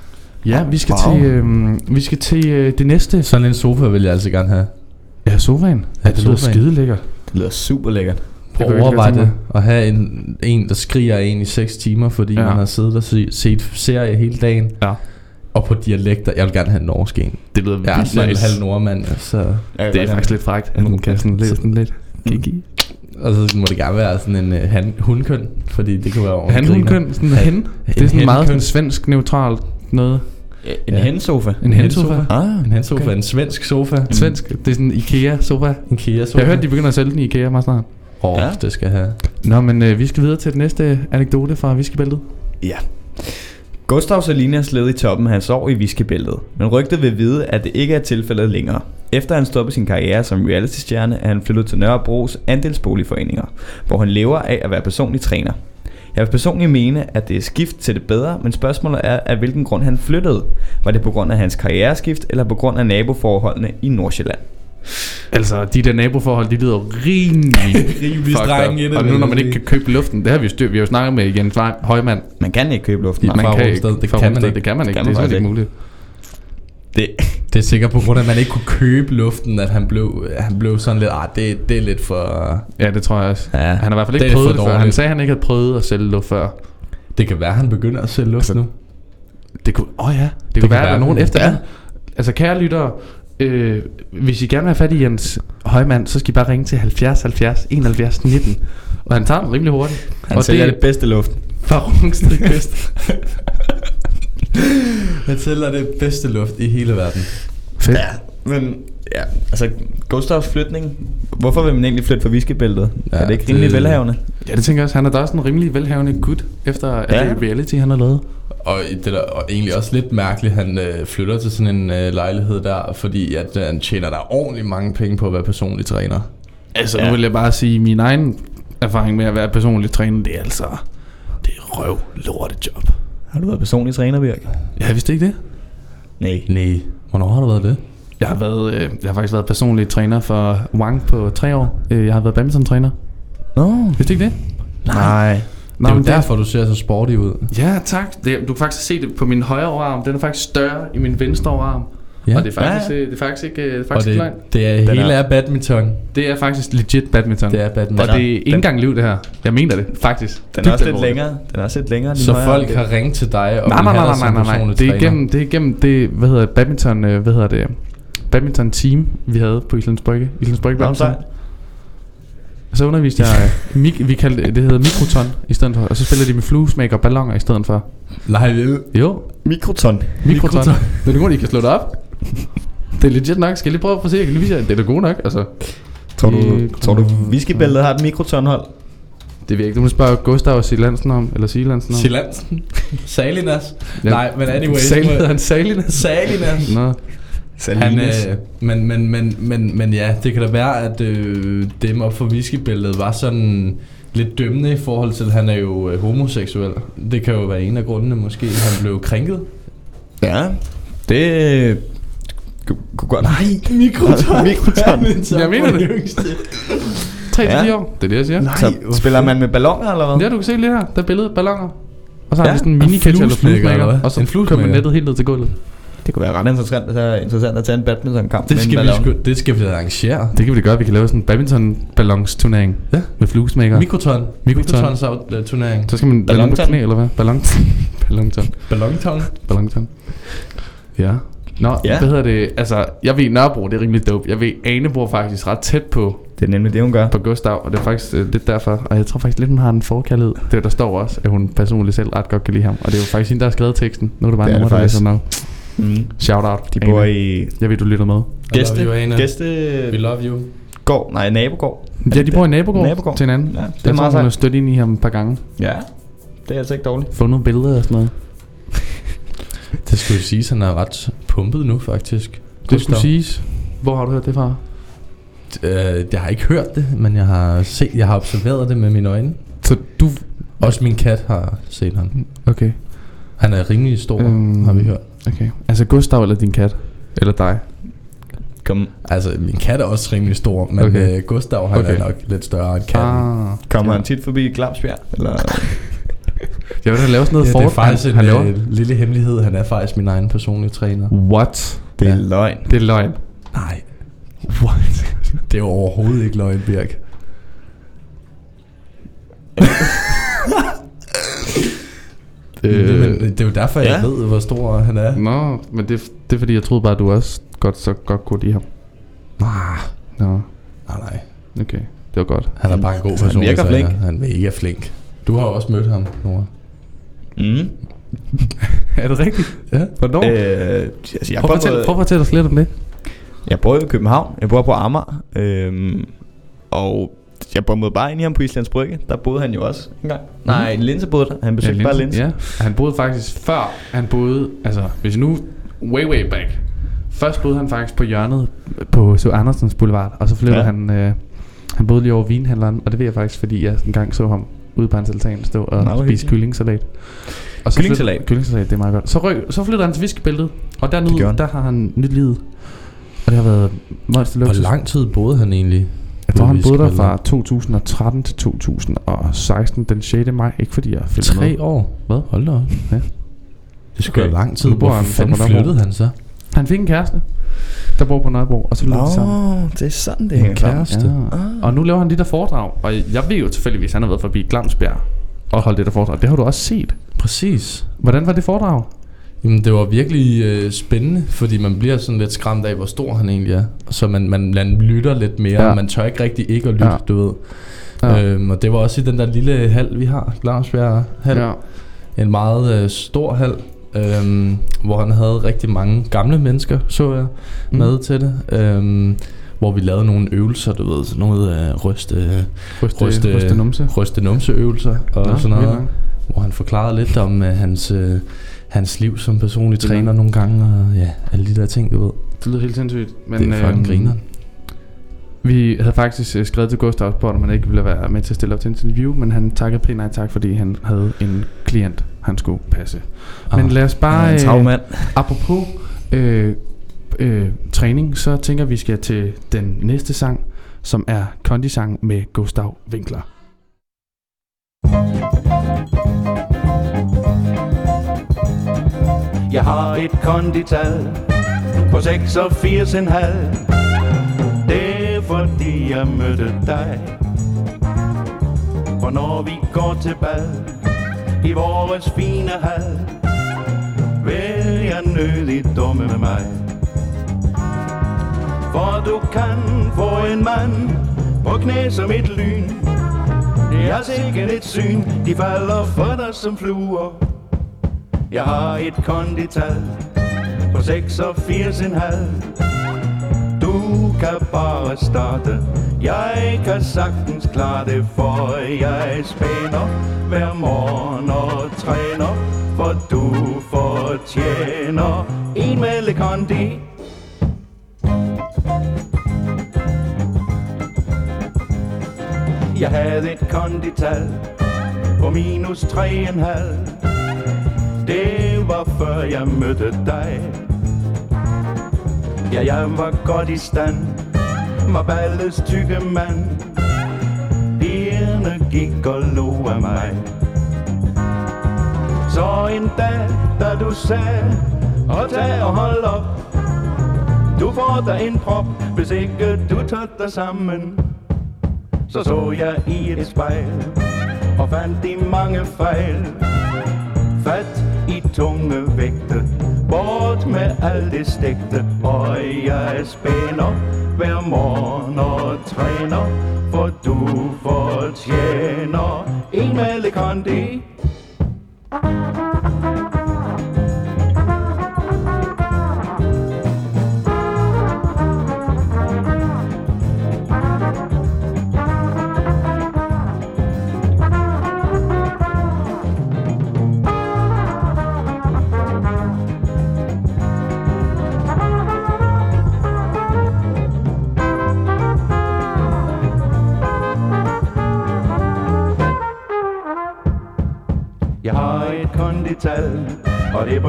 Ja, vi skal til det næste. Sådan en sofa vil jeg altså gerne have. Ja, sofaen. Ja, det lyder skide lækkert. Det lyder super lækkert. Prøv at overveje det. At have en der skriger en i 6 timer, fordi man har siddet og set serie hele dagen. Ja. Og på dialekter. Jeg vil gerne have en norsk en. Det lyder jeg er selv halv nordmand, så det er faktisk lidt frækt. At kan sådan lidt kiki. Og så må det gerne være sådan en hundkøn, fordi det kan være hundkøn, sådan en hen. Det er sådan meget sådan svensk neutralt noget. En hensofa. En hensofa. En hensofa, en svensk sofa. Svensk. Det er sådan en IKEA sofa. Jeg har hørt de begynder at sælge den i IKEA meget snart. Det skal have. Nå, men vi skal videre til den næste anekdote fra Whiskybæltet. Ja. Gustav Salinas led i toppen af hans år i Whiskybæltet, men rygtet vil vide, at det ikke er tilfældet længere. Efter han stoppede sin karriere som reality-stjerne, er han flyttet til Nørrebros andelsboligforeninger, hvor han lever af at være personlig træner. Jeg vil personligt mene, at det er skift til det bedre, men spørgsmålet er, af hvilken grund han flyttede. Var det på grund af hans karriereskift, eller på grund af naboforholdene i Nordsjælland? Altså, de der naboforhold, de lyder rimelig strenge i det. Og nu når man ikke kan købe luften, det har vi har jo snakket med Jens Højmand. Man kan ikke købe luften. Man kan ikke. Det kan man ikke. Det er simpelthen ikke muligt. Det er sikkert på grund af, at man ikke kunne købe luften, at han blev sådan lidt, det er lidt for... Ja, det tror jeg også. Ja. Han har i hvert fald ikke prøvet det før. Han sagde, at han ikke havde prøvet at sælge luft før. Det kan være, at han begynder at sælge luft nu. Det kunne, det kunne være, at der er nogen efter. Ja. Altså, kære lyttere, hvis I gerne vil have fat i Jens Højmand, så skal I bare ringe til 70 70 71 19. Og han tager den rimelig hurtigt. Han sælger det bedste luft fra Rungsted Kyst. Han sælger det bedste luft i hele verden. Fedt. Ja, men ja, altså Gustavs flytning. Hvorfor vil man egentlig flytte fra Whiskybæltet? Ja, er det ikke rimelig velhavende? Ja, det tænker jeg også. Han er da også en rimelig velhavende gut efter at det reality han har lavet. Og det er egentlig også lidt mærkeligt, han flytter til sådan en lejlighed der, fordi at han tjener der ordentligt mange penge på at være personlig træner. Altså nu vil jeg bare sige, min egen erfaring med at være personlig træner, det er altså det er røv lortet job. Har du været personlig træner, Birk? Jeg vidste ikke det. Nej. Hvornår har du været det? Jeg har faktisk været personlig træner for Wang på 3 år. Jeg har været badminton-træner. Vidste ikke det? Nej. Det er jo derfor, du ser så sporty ud. Ja, tak. Du kan faktisk se det på min højre overarm. Den er faktisk større i min venstre overarm. Ja. Og det er faktisk ikke løgn. Det er hele er badminton. Det er faktisk legit badminton. Det er badminton. Og det er ikke engang liv det her. Jeg mener det faktisk. Den er også lidt længere. Den er også lidt længere. Så folk har ringet til dig og nej. Det er igennem det badminton team vi havde på Islands Brygge. Islands Brygge badminton. Så underviste jeg vi kaldte det hedder mikroton i stedet for, og så spiller de med fluesmæk og balloner i stedet for. Nej, jo. Mikroton. Det er godt I kan slå det op. Det er legit nok. Skal jeg lige prøve at se, jeg kan lige vise jer. Det er da god nok, altså. Tror du Whiskybæltet har et mikrotonhold? Det ved jeg ikke. Du må spørge Gustav og Silansen om. Eller Silansen om. Silansen? Salinas? Ja. Nej, men anyway. Salinas. Nå. Men ja, det kan da være, at dem op for Whiskybæltet var sådan lidt dømmende i forhold til, at han er jo homoseksuel. Det kan jo være en af grundene måske, han blev krænket. Ja, det kunne godt. Nej, mikroton. Jeg mener det. 3-4 år, det er det jeg siger. Nej, så spiller man med balloner eller hvad? Ja, du kan se lige her, der er billedet balloner. Og så har han sådan en mini-catch eller fluesmækker. Og så kører man nettet helt ned til gulvet. Det kunne være ret interessant at tage en badminton-kamp. Det skal vi arrangere. Det kan vi da gøre. Vi kan lave sådan en badminton-ballons-turnering. Ja. Med fluesmækker. Mikroton-turnering. Så skal man lande på knæ, eller hvad? Ballonton. Ja. Nå, hvad hedder det? Altså, jeg ved Nørrebro, det er rimelig dope. Jeg ved Ane bor faktisk ret tæt på. Det er nemlig det, hun gør. På Gustav, og det er faktisk lidt derfor. Og jeg tror faktisk lidt, hun har en forkærlighed. Det der står også, at hun personligt selv ret godt kan lide ham. Og det er jo faktisk hende, der har skrevet teksten. Nu er det bare nogen, der læser noget. Shout out. De bor i... Jeg ved, du lytter med. We love you. Nabogård. Ja, de bor i nabogård til hinanden. Ja, det er meget hun har stødt ind i ham et par gange. Ja, det er altså ikke dårligt. Fundet nogle billeder og sådan noget. Det skulle jo siges, at han er ret pumpet nu faktisk. Det skulle siges. Hvor har du hørt det fra? Jeg har ikke hørt det, men jeg har observeret det med mine øjne. Så du... Også min kat har set ham. Okay. Han er rimelig stor, har vi hørt. Okay. Altså Gustav eller din kat? Eller dig? Altså min kat er også rimelig stor, men okay. Gustav han er nok lidt større end katten. Kommer han tit forbi Glamsbjerg? Eller? Jeg vil da lave sådan noget det er faktisk en lille hemmelighed. Han er faktisk min egen personlige træner. What? Det er løgn. Det er løgn. Nej. What? Det er jo overhovedet ikke løgn, Birk. Men det er jo derfor, jeg ved, hvor stor han er. Nå, men det er fordi, jeg troede bare, du også godt kunne lide ham. Nå. Nej. Okay, det var godt. Han er bare en god person. Han virker flink. Han er mega flink. Du har også mødt ham, Nora. Er det rigtigt? Ja. Hvornår? Prøv at fortælle os lidt om det. Jeg bor i København. Jeg bor på Amager. Og jeg boede bare ind i ham på Islands Brygge. Der boede han jo også en gang. Nej, Linse boede der. Han besøgte bare Linse. Ja. Han boede faktisk før. Han boede, altså hvis nu way back. Først boede han faktisk på hjørnet på Så Andersens Boulevard. Og så flyttede han boede lige over vinhandleren. Og det ved jeg faktisk, fordi jeg engang så ham ude på hans altan stå og spise kyllingesalat. Kyllingesalat, det er meget godt. Så flyttede han til Fiskebæltet. Og dernede, der har han nyt livet. Og det har været meget luksus. Hvor lang tid boede han egentlig? Jeg tror han boede der fra 2013 til 2016 den 6. maj. Ikke fordi jeg filmede 3 år? Hvad? Hold da. Ja. Det skulle være lang tid. Hvor fanden flyttede han så? Han fik en kæreste, der bor på Nørrebro. Og så flyttede de sammen. Det er sådan det hænger sammen. Ja. Og nu laver han de der foredrag. Og jeg ved jo tilfældigvis, han har været forbi Glamsbjerg og holdt det der foredrag. Det har du også set. Præcis. Hvordan var det foredrag? Jamen, det var virkelig spændende, fordi man bliver sådan lidt skræmt af, hvor stor han egentlig er. Så man lytter lidt mere, man tør ikke rigtig ikke at lytte, du ved. Og det var også i den der lille hal, vi har, Glamsbjerg hal. En meget stor hal, hvor han havde rigtig mange gamle mennesker, så jeg, med til det. Hvor vi lavede nogle øvelser, du ved, sådan noget ryste numse øvelser og sådan noget. Hvor han forklarede lidt om hans liv som personlig træner nogle gange, og alle de der ting, du ved. Det lyder helt sindssygt. Men det er fucking griner. Vi havde faktisk skrevet til Gustav Sport, at man ikke ville være med til at stille op til en interview, men han takkede pænt nej tak, fordi han havde en klient, han skulle passe. Men lad os bare, apropos træning, så tænker vi skal til den næste sang, som er Kondi-sang med Gustav Winkler. Jeg har et kondital på 86,5. Det er fordi jeg mødte dig. For når vi går til bal i vores fine hal, vil jeg nødigt dumme med mig. For du kan få en mand på knæ som et lyn. Jeg har sikkert et syn, de falder for dig som fluer. Jeg har et kondital på 86,5. Du kan bare starte, jeg kan sagtens klare det, for jeg spænder hver morgen og træner, for du fortjener en mælde kondi. Jeg havde et kondital på minus 3,5. Det var før jeg mødte dig. Ja, jeg var godt i stand, var ballets tykke mand. Pigerne gik og lå af mig. Så en dag, da du sagde, og tag og hold op, du får dig en prop, hvis ikke du tager dig sammen. Så jeg i et spejl og fandt de mange fejl. Fat i tunge vægte, bort med alt det stegte. Og jeg spænder hver morgen og træner, for du fortjener en mælde kondi. Jeg har et kondital, og det er på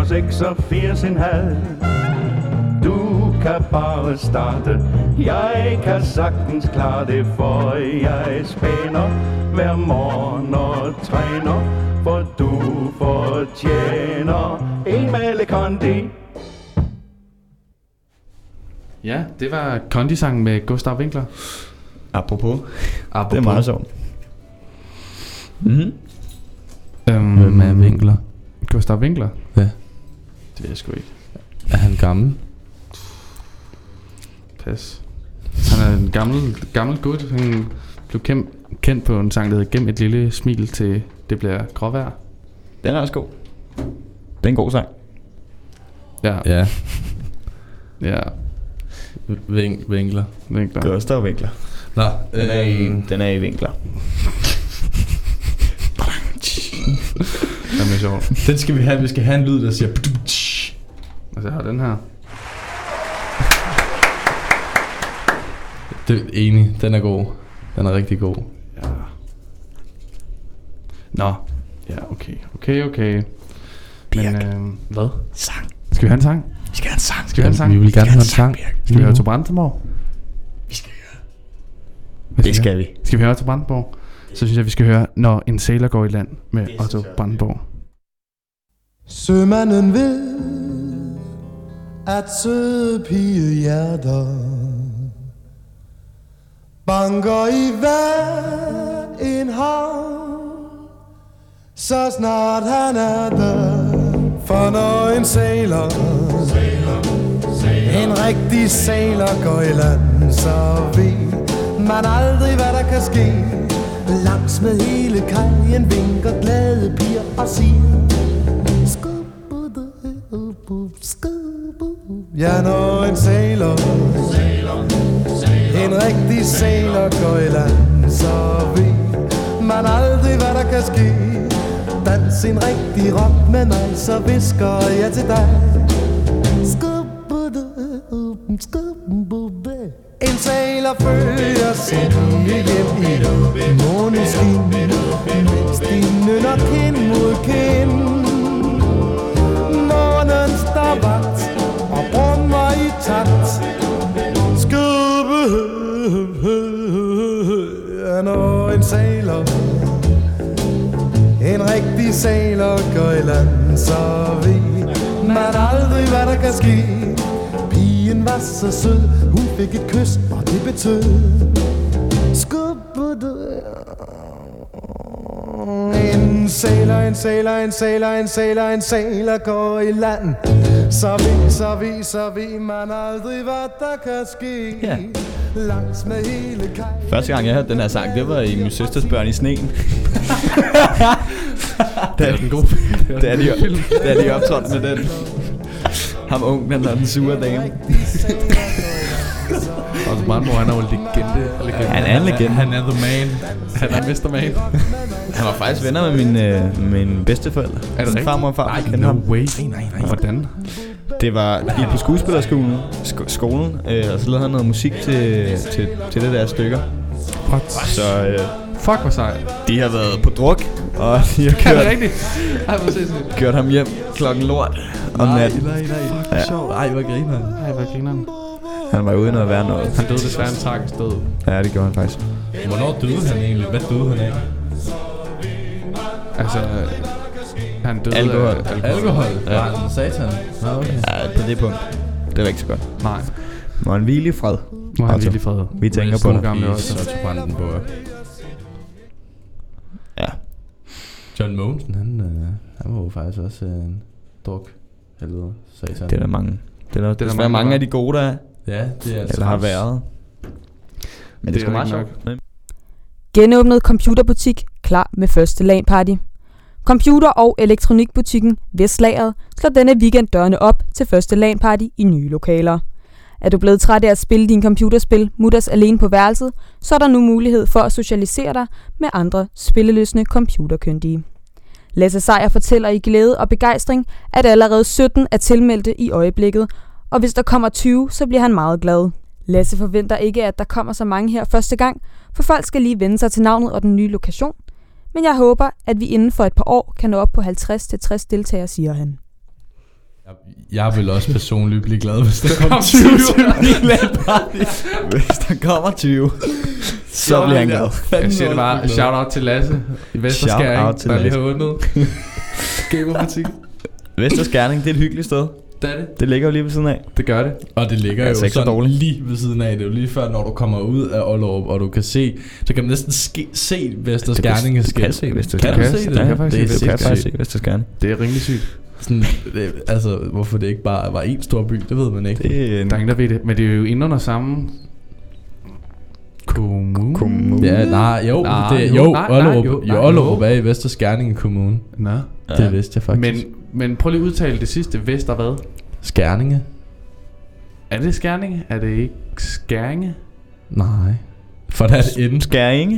86,5. Du kan bare starte, jeg kan sagtens klare det, for jeg spænder hver morgen og træner, for du fortjener en Malle Kondi. Ja, det var Kondi-sangen med Gustav Winkler. Apropos. Det er meget sjovt. Hvem er Winkler? Gustav Winkler? Ja. Det ved jeg sgu ikke. Er han gammel? Pas. Han er en gammel gut. Han blev kendt på en sang, der hedder Gem et lille smil til det bliver gråvejr. Den er også god. Det er en god sang. Ja. Ja. Ja. Winkler. Gustav Winkler. Nå, den er i Winkler. Det er sjovt. Den skal vi have. Vi skal have en lyd, der siger... Altså, jeg har den her. Det er enig. Den er god. Den er rigtig god. Ja. Nå. Ja, okay. Men, hvad? Sang. Skal vi have en sang? Vi skal have en sang. Vi vil gerne have en sang. Skal vi høre til Brandenborg? Vi skal høre. Det skal vi. Skal vi høre til Brandenborg? Så synes jeg, vi skal høre Når en sailor går i land med Otto Brandenborg. Sømanden ved, at søde pigehjerter banker i hver en havn, så snart han er der. For når en sailor, en rigtig sailor går i land, så ved man aldrig, hvad der kan ske. Langs med hele kajen vinker glade piger og siger: ja, når en sailor, en rigtig sailor går i land, så ved man aldrig, hvad der kan ske. Dans en rigtig rock med mig, så visker jeg til dig. En sailor følger sin hjem i måneskin, mens de nynner kind mod kind. Månen står vagt og brummer i takt. Skubbe, når en sailor, en rigtig sailor går i land, så ved man aldrig, hvad der kan ske. Pigen var så sød, hun fik et kys, og det betød skubbe. En sailor, en sailor, en sailor, en sailor, en sailor går i land, så ved man aldrig, hvad der kan ske. Ja. Langs med hele kaj. Første gang jeg hørte den her sang, det var i Min Søsters Børn i Sneen. Det er den gode film. Det er de optrådt med den. Ham onklen og den sure dame. Og Brandenborg, han er jo en legende. Han er en legende. Han er the man. Han er Mr. Man. Han var faktisk venner med min bedsteforældre. Er det rigtigt? Farmor og far. Nej, no way. Nej. Hvordan? Det var i på skuespillerskolen, og så lavede han noget musik til det der stykker. Så fuck, hvor sejt. De har været på druk, og de har kørt ham hjem klokken lort om natten. Nej. Fuck, sjovt. Ej, hvor grineren. Han var uden at være noget. Han døde desværre en tragisk død. Ja, det gjorde han faktisk. Hvornår døde han egentlig? Hvad døde han af? Altså, han døde Alkohol? Ja. Var han satan? Okay. Ja, på det punkt. Det var ikke så godt. Nej. Må han hvile i fred. Vi tænker på det. Gamle også. Ja. John Mogensen, han var jo faktisk også en druk helvede satan. Det er der mange. Det er der mange af de gode, der er. Ja, det er altså eller har været. Men det er sgu meget sjovt. Genåbnet computerbutik klar med første LAN-party. Computer- og elektronikbutikken Vestlageret slår denne weekend dørene op til første LAN-party i nye lokaler. Er du blevet træt af at spille dine computerspil mutters alene på værelset, så er der nu mulighed for at socialisere dig med andre spillelystne computerkyndige. Lasse Sejer fortæller i glæde og begejstring, at allerede 17 er tilmeldte i øjeblikket, og hvis der kommer 20, så bliver han meget glad. Lasse forventer ikke, at der kommer så mange her første gang, for folk skal lige vende sig til navnet og den nye lokation. Men jeg håber, at vi inden for et par år kan nå op på 50-60 deltagere, siger han. Jeg vil også personligt blive glad, hvis der kommer 20. Hvis der kommer 20, Så bliver han glad. Jeg siger det bare, shout out til Lasse i Vesterskæring, der lige har vundet gamerbutik. Vesterskæring, det er et hyggeligt sted. Det er det. Det ligger jo lige ved siden af. Det gør det. Og det ligger jo sådan lige ved siden af. Det er jo lige før, når du kommer ud af Ollerup, og du kan se, så kan man næsten se Vesterskærning. Du kan se Vesterskærning. Kan du se det? Ja, kan faktisk det kan faktisk se Vesterskærning. Det er rimelig sygt. Sådan, altså, hvorfor det ikke bare var en stor by, det ved man ikke. Der er ingen, der ved det. Men det er jo inde under samme kommune. Ja, nej, jo. Ollerup er i Vesterskærning Kommune. Nå. Det vidste jeg faktisk. Men prøv lige at udtale det sidste. Vester hvad? Skærninge. Er det Skærninge? Er det ikke Skæringe? Nej. For der er det inde. Skæringe?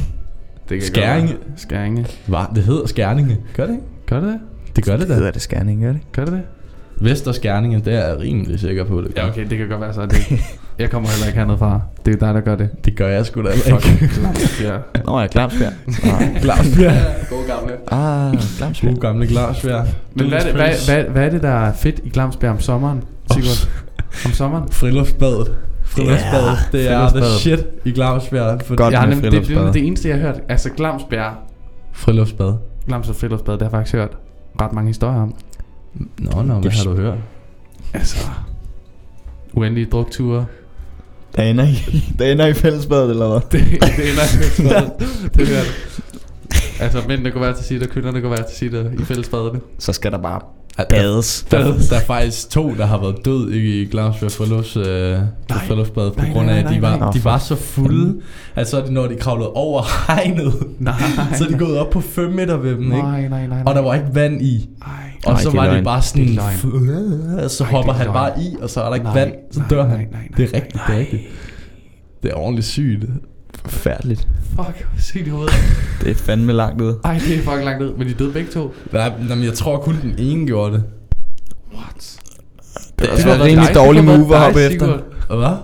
Skæringe. Hvad? Det hedder Skærninge. Gør det ikke? Gør det det? Det gør det da. Det hedder det Skærninge, gør det? Gør det det? Vesterskærninge, det er jeg rimelig sikker på det. Ja, okay, det kan godt være så. Jeg kommer heller ikke hernede fra. Det er dig, der gør det. Det gør jeg sgu da ikke. Nå ja, Glamsbjerg. Glamsbjerg. God gamle. Glamsbjerg. God gamle Glamsbjerg. Men hvad er det, der er fedt i Glamsbjerg om sommeren, Sigurd? Om sommeren? Friluftsbadet. Det er the shit i Glamsbjerg. Det er det eneste, jeg har hørt. Altså Glamsbjerg. Friluftsbad. Glamsbjerg Friluftsbad, det har jeg faktisk hørt ret mange historier om. Nå, hvad har du hørt? Altså uendelige drukture. Der ender i fællesbadet, eller hvad? Det ender i fællesbadet. Det hører du. Altså mændene går hver til sit, og kvinderne går hver til sit i fællesbaderne. Så skal der bare bades. Der er faktisk 2, der har været død i Glamsbjerg Friluftsbad på grund af, at de var så fulde, at så når de kravlede over hegnet, så de gået op på 5 meter ved dem, ikke? Nej. Og der var ikke vand i. Og så var det bare sådan, så hopper han bare i, og så er der ikke vand, så dør han. Det er rigtigt. Det er ordentligt sygt. Forfærdeligt. Fuck, sygt i hovedet. Det er fandme langt ud. Ej, det er fucking langt ud. Men de døde begge to. Nej, men jeg tror kun den ene gjorde det. What? Det var en rimelig dårlig move at hoppe efter. Hvad?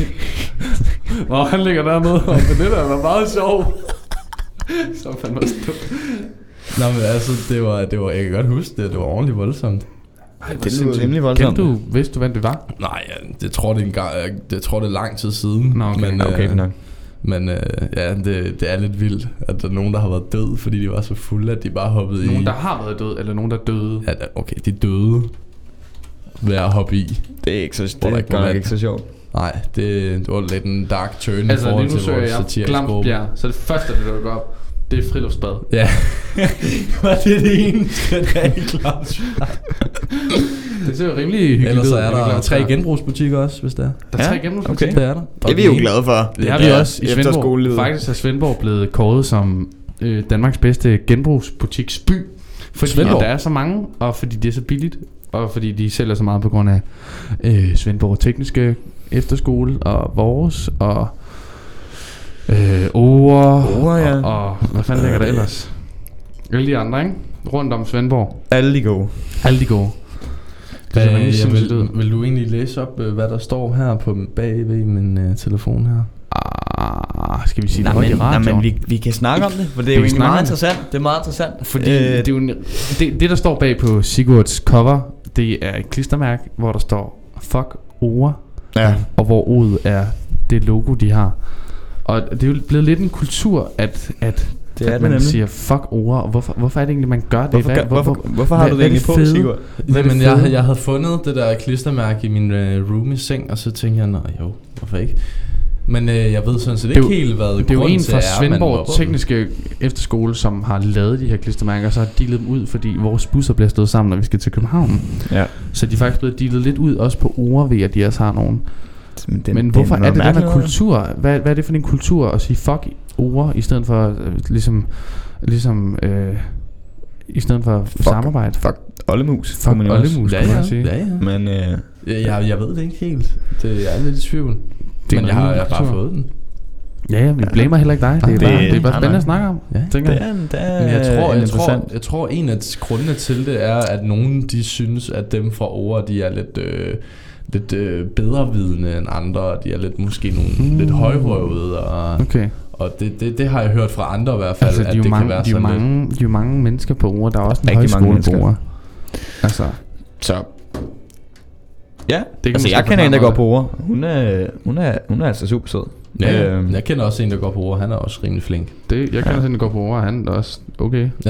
Nå, han ligger dernede, og det der var meget sjov. Så fandme også dumt. Nå, men altså, det var jeg kan godt huske det var ordentligt voldsomt. Ej, det lyder rimelig voldsomt. Vidste du, hvem det var? Nej, det tror det er lang tid siden. Nå, okay. Men, okay, nok. Men ja, det er lidt vildt, at der er nogen, der har været død, fordi de var så fulde, at de bare hoppede nogen, der har været død, eller nogen, der døde? Ja, okay, de døde ved at hoppe i. Det er ikke så, det er ikke så sjovt. Nej, det var lidt en dark turn altså, i forhold til vores satiriske Glamsbjerg, så det første, der dukker op, det er friluftsbad. Ja. Det er det eneste, der er i Glamsbjerg. Det ser jo rimelig hyggeligt ud. Ellers så er der 3 genbrugsbutikker også, hvis det er. Der er 3 genbrugsbutikker? Okay. Det er der. Det er vi jo glade for. Det har vi også i Svendborg. Faktisk er Svendborg blevet kåret som Danmarks bedste genbrugsbutiksby. Fordi der er så mange, og fordi det er så billigt, og fordi de sælger så meget på grund af Svendborg Tekniske Efterskole, og vores, og Ore, ja. og hvad fanden ligger der ellers? Alle de andre, ikke? Rundt om Svendborg. Alle de gode. Vil du egentlig læse op, hvad der står her på bag ved min telefon her? Skal vi sige det højt i radioen? Men vi kan snakke om det, for det er jo egentlig meget interessant. Det er meget interessant. Fordi det er jo det der står bag på Sigurds cover, det er et klistermærke, hvor der står Fuck Ore. Ja. Og hvor O'et er det logo, de har. Og det er jo blevet lidt en kultur, at man siger fuck Ore. Og hvorfor er det egentlig, man gør det? Hvorfor har du det egentlig på, Sigurd? Jamen, jeg havde fundet det der klistermærke i min roomie seng, og så tænkte jeg, hvorfor ikke? Men jeg ved sådan set ikke helt, hvad det er jo en fra Svendborg Tekniske Efterskole, som har lavet de her klistermærker, og så har dealet dem ud, fordi vores busser bliver stået sammen, når vi skal til København. Ja. Så de er faktisk blevet dealet lidt ud, også på Ore, ved at de også har nogen. Men hvorfor er det den her kultur? Hvad er det for en kultur at sige fuck Ore, i stedet for i stedet for samarbejde? Fuck ollemus. Fuck ollemus, kan man sige. Ja. Men jeg ved det ikke helt. Det er lidt i tvivl. Men jeg har bare fået den. Ja, vi blamer heller ikke dig. Det er bare spændende at snakke om. Ja, jeg tror en af grundene til det er, at nogen de synes, at dem fra Ore, de er lidt bedre vidende end andre. De er måske nogle lidt højrøvede. Og det har jeg hørt fra andre i hvert fald, altså, at det kan være sådan lidt. De er jo mange mennesker på Ore. Der er også en højskole på Ore. Altså, så ja, altså jeg kender en, der går på Ore. Hun er altså super sød. Ja, jeg kender også en, der går på ord. Han er også rimelig flink. Jeg kender også en, der går på ord. Han er også okay. Jeg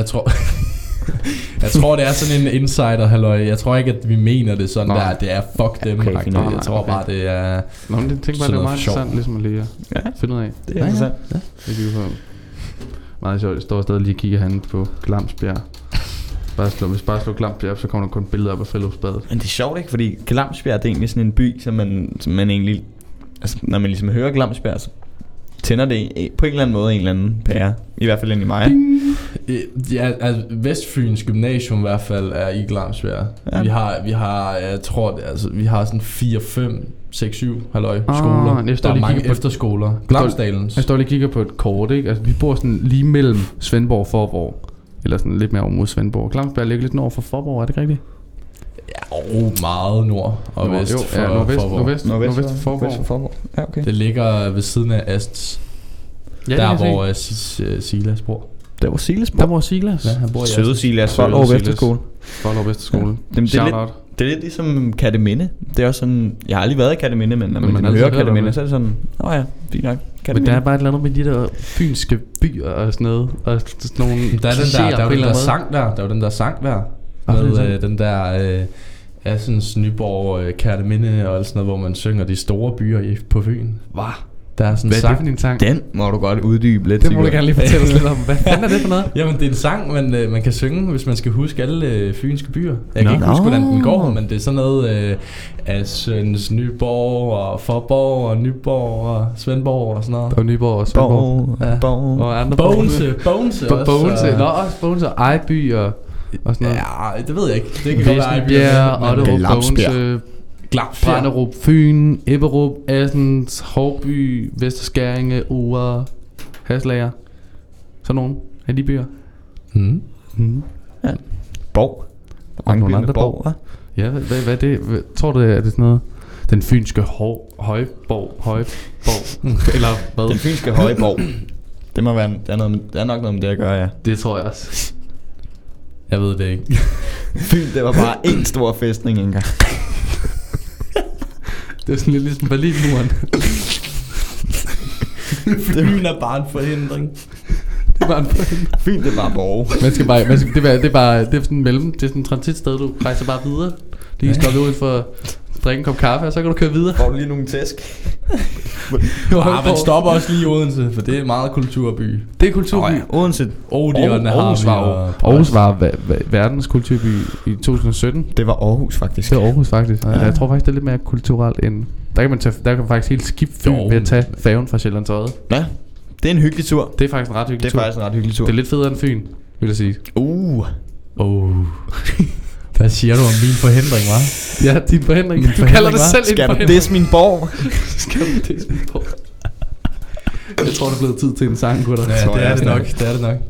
tror det er sådan en insider halløj. Jeg tror ikke at vi mener det sådan der. Det er fuck dem. Okay, jeg tror bare det er. Nå, men det tænker bare det er meget interessant ligesom at lige finde ud af. Det er interessant. Ja. Det er jo meget sjovt. Jeg står stadig lige og kigger hen på Glamsbjerg. Hvis bare slår Glamsbjerg, så kommer der kun billeder op af Friluftsbadet. Men det er sjovt, ikke? Fordi Glamsbjerg, det er egentlig sådan en by, som man egentlig... Altså, når man ligesom hører Glamsbjerg, så tænder det på en eller anden måde en eller anden pære. I hvert fald ind i mig. Ja, altså Vestfyns Gymnasium i hvert fald er i Glamsbjerg. Ja. Vi har, jeg tror, altså, vi har sådan 4, 5, 6, 7 halløj skoler. Der er mange efterskoler. Glamsdalens. Jeg står lige og kigger på et kort, ikke? Altså, vi bor sådan lige mellem Svendborg og Forborg. Eller sådan lidt mere over mod Svendborg. Glamsbjerg ligger lidt nord for Forborg, er det ikke rigtigt? Ja, meget nord og vest for nordvest for Forborg. Ja, okay. Det ligger ved siden af Asts. Ja, der hvor Silas bor. Der hvor Silas bor? Der hvor Silas? Ja, han bor i Søde Silas. Follerup Efterskole. Follerup Efterskole. Ja. Det er lidt ligesom Katteminde. Det er også sådan, jeg har aldrig været i Katteminde, men når man hører Katteminde, så er det sådan, ja, fint nok. Men der er bare et eller andet med de der fynske byer og sådan noget. Og sådan nogle der er jo den der sang der. Der er jo den der sang der. Med den der Assens, Nyborg, Katteminde og alt sådan noget, hvor man synger de store byer på Fyn. Der er sådan en sang. Hvad er det for en sang? Den må du godt uddybe lidt. Det må du gerne lige fortælle os lidt om. Hvad fanden er det for noget? Jamen det er en sang, man kan synge, hvis man skal huske alle fynske byer. Jeg kan ikke huske, hvordan den går, men det er sådan noget Assens, Nyborg og Forborg og Nyborg og Svendborg og sådan noget. Og Nyborg og Svendborg. Og andre Bogense også. Nå, også Bogense og Ejby og sådan noget. Ja, det ved jeg ikke. Det kan godt være Ejby. Otterup, Bogense, Branderup, Fyn, Ebberup, Assens, Hovby, Vesterskæringe, Ure, Haslager. Sådan nogle af de byer. Ja. Borg. Og nogle andre borg. Ja, hvad er det? Tror du, er det sådan noget? Den fynske højborg. Eller hvad? Den fynske højborg. Det må være, der er nok noget med det at gøre, ja. Det tror jeg også. Jeg ved det ikke. Fyn, det var bare en stor fæstning engang. Det er sådan lidt ligesom Berlinmuren. Fyn er bare en forhindring. Det er bare en forhindring. Fyn, det er bare borg. Det er sådan mellem. Det er sådan et transitsted, du rejser bare videre. Lige stoppe ud for at drikke en kop kaffe, og så kan du køre videre. Får du lige nogle tæsk? Man stopper også lige i Odense, for det er meget kulturby. Det er kulturby. Odense. Aarhus var verdens kulturby i 2017. Det var Aarhus faktisk. Det var Aarhus faktisk. Ja. Jeg tror faktisk det er lidt mere kulturelt end. Der kan man faktisk helt skifte Fyn ved at tage færgen fra Sjælland til Odde. Ja. Det er en hyggelig tur. Det er faktisk en ret hyggelig tur. Det er lidt federe end Fyn, vil jeg sige. Hvad siger du om min forhindring, hva'? Ja, din forhindring. Du kalder det selv en forhindring. Skal du disse min borg? Skal du disse min borg? Jeg tror, det er blevet tid til en sang, gutter. Ja, det er det nok. Det er det nok.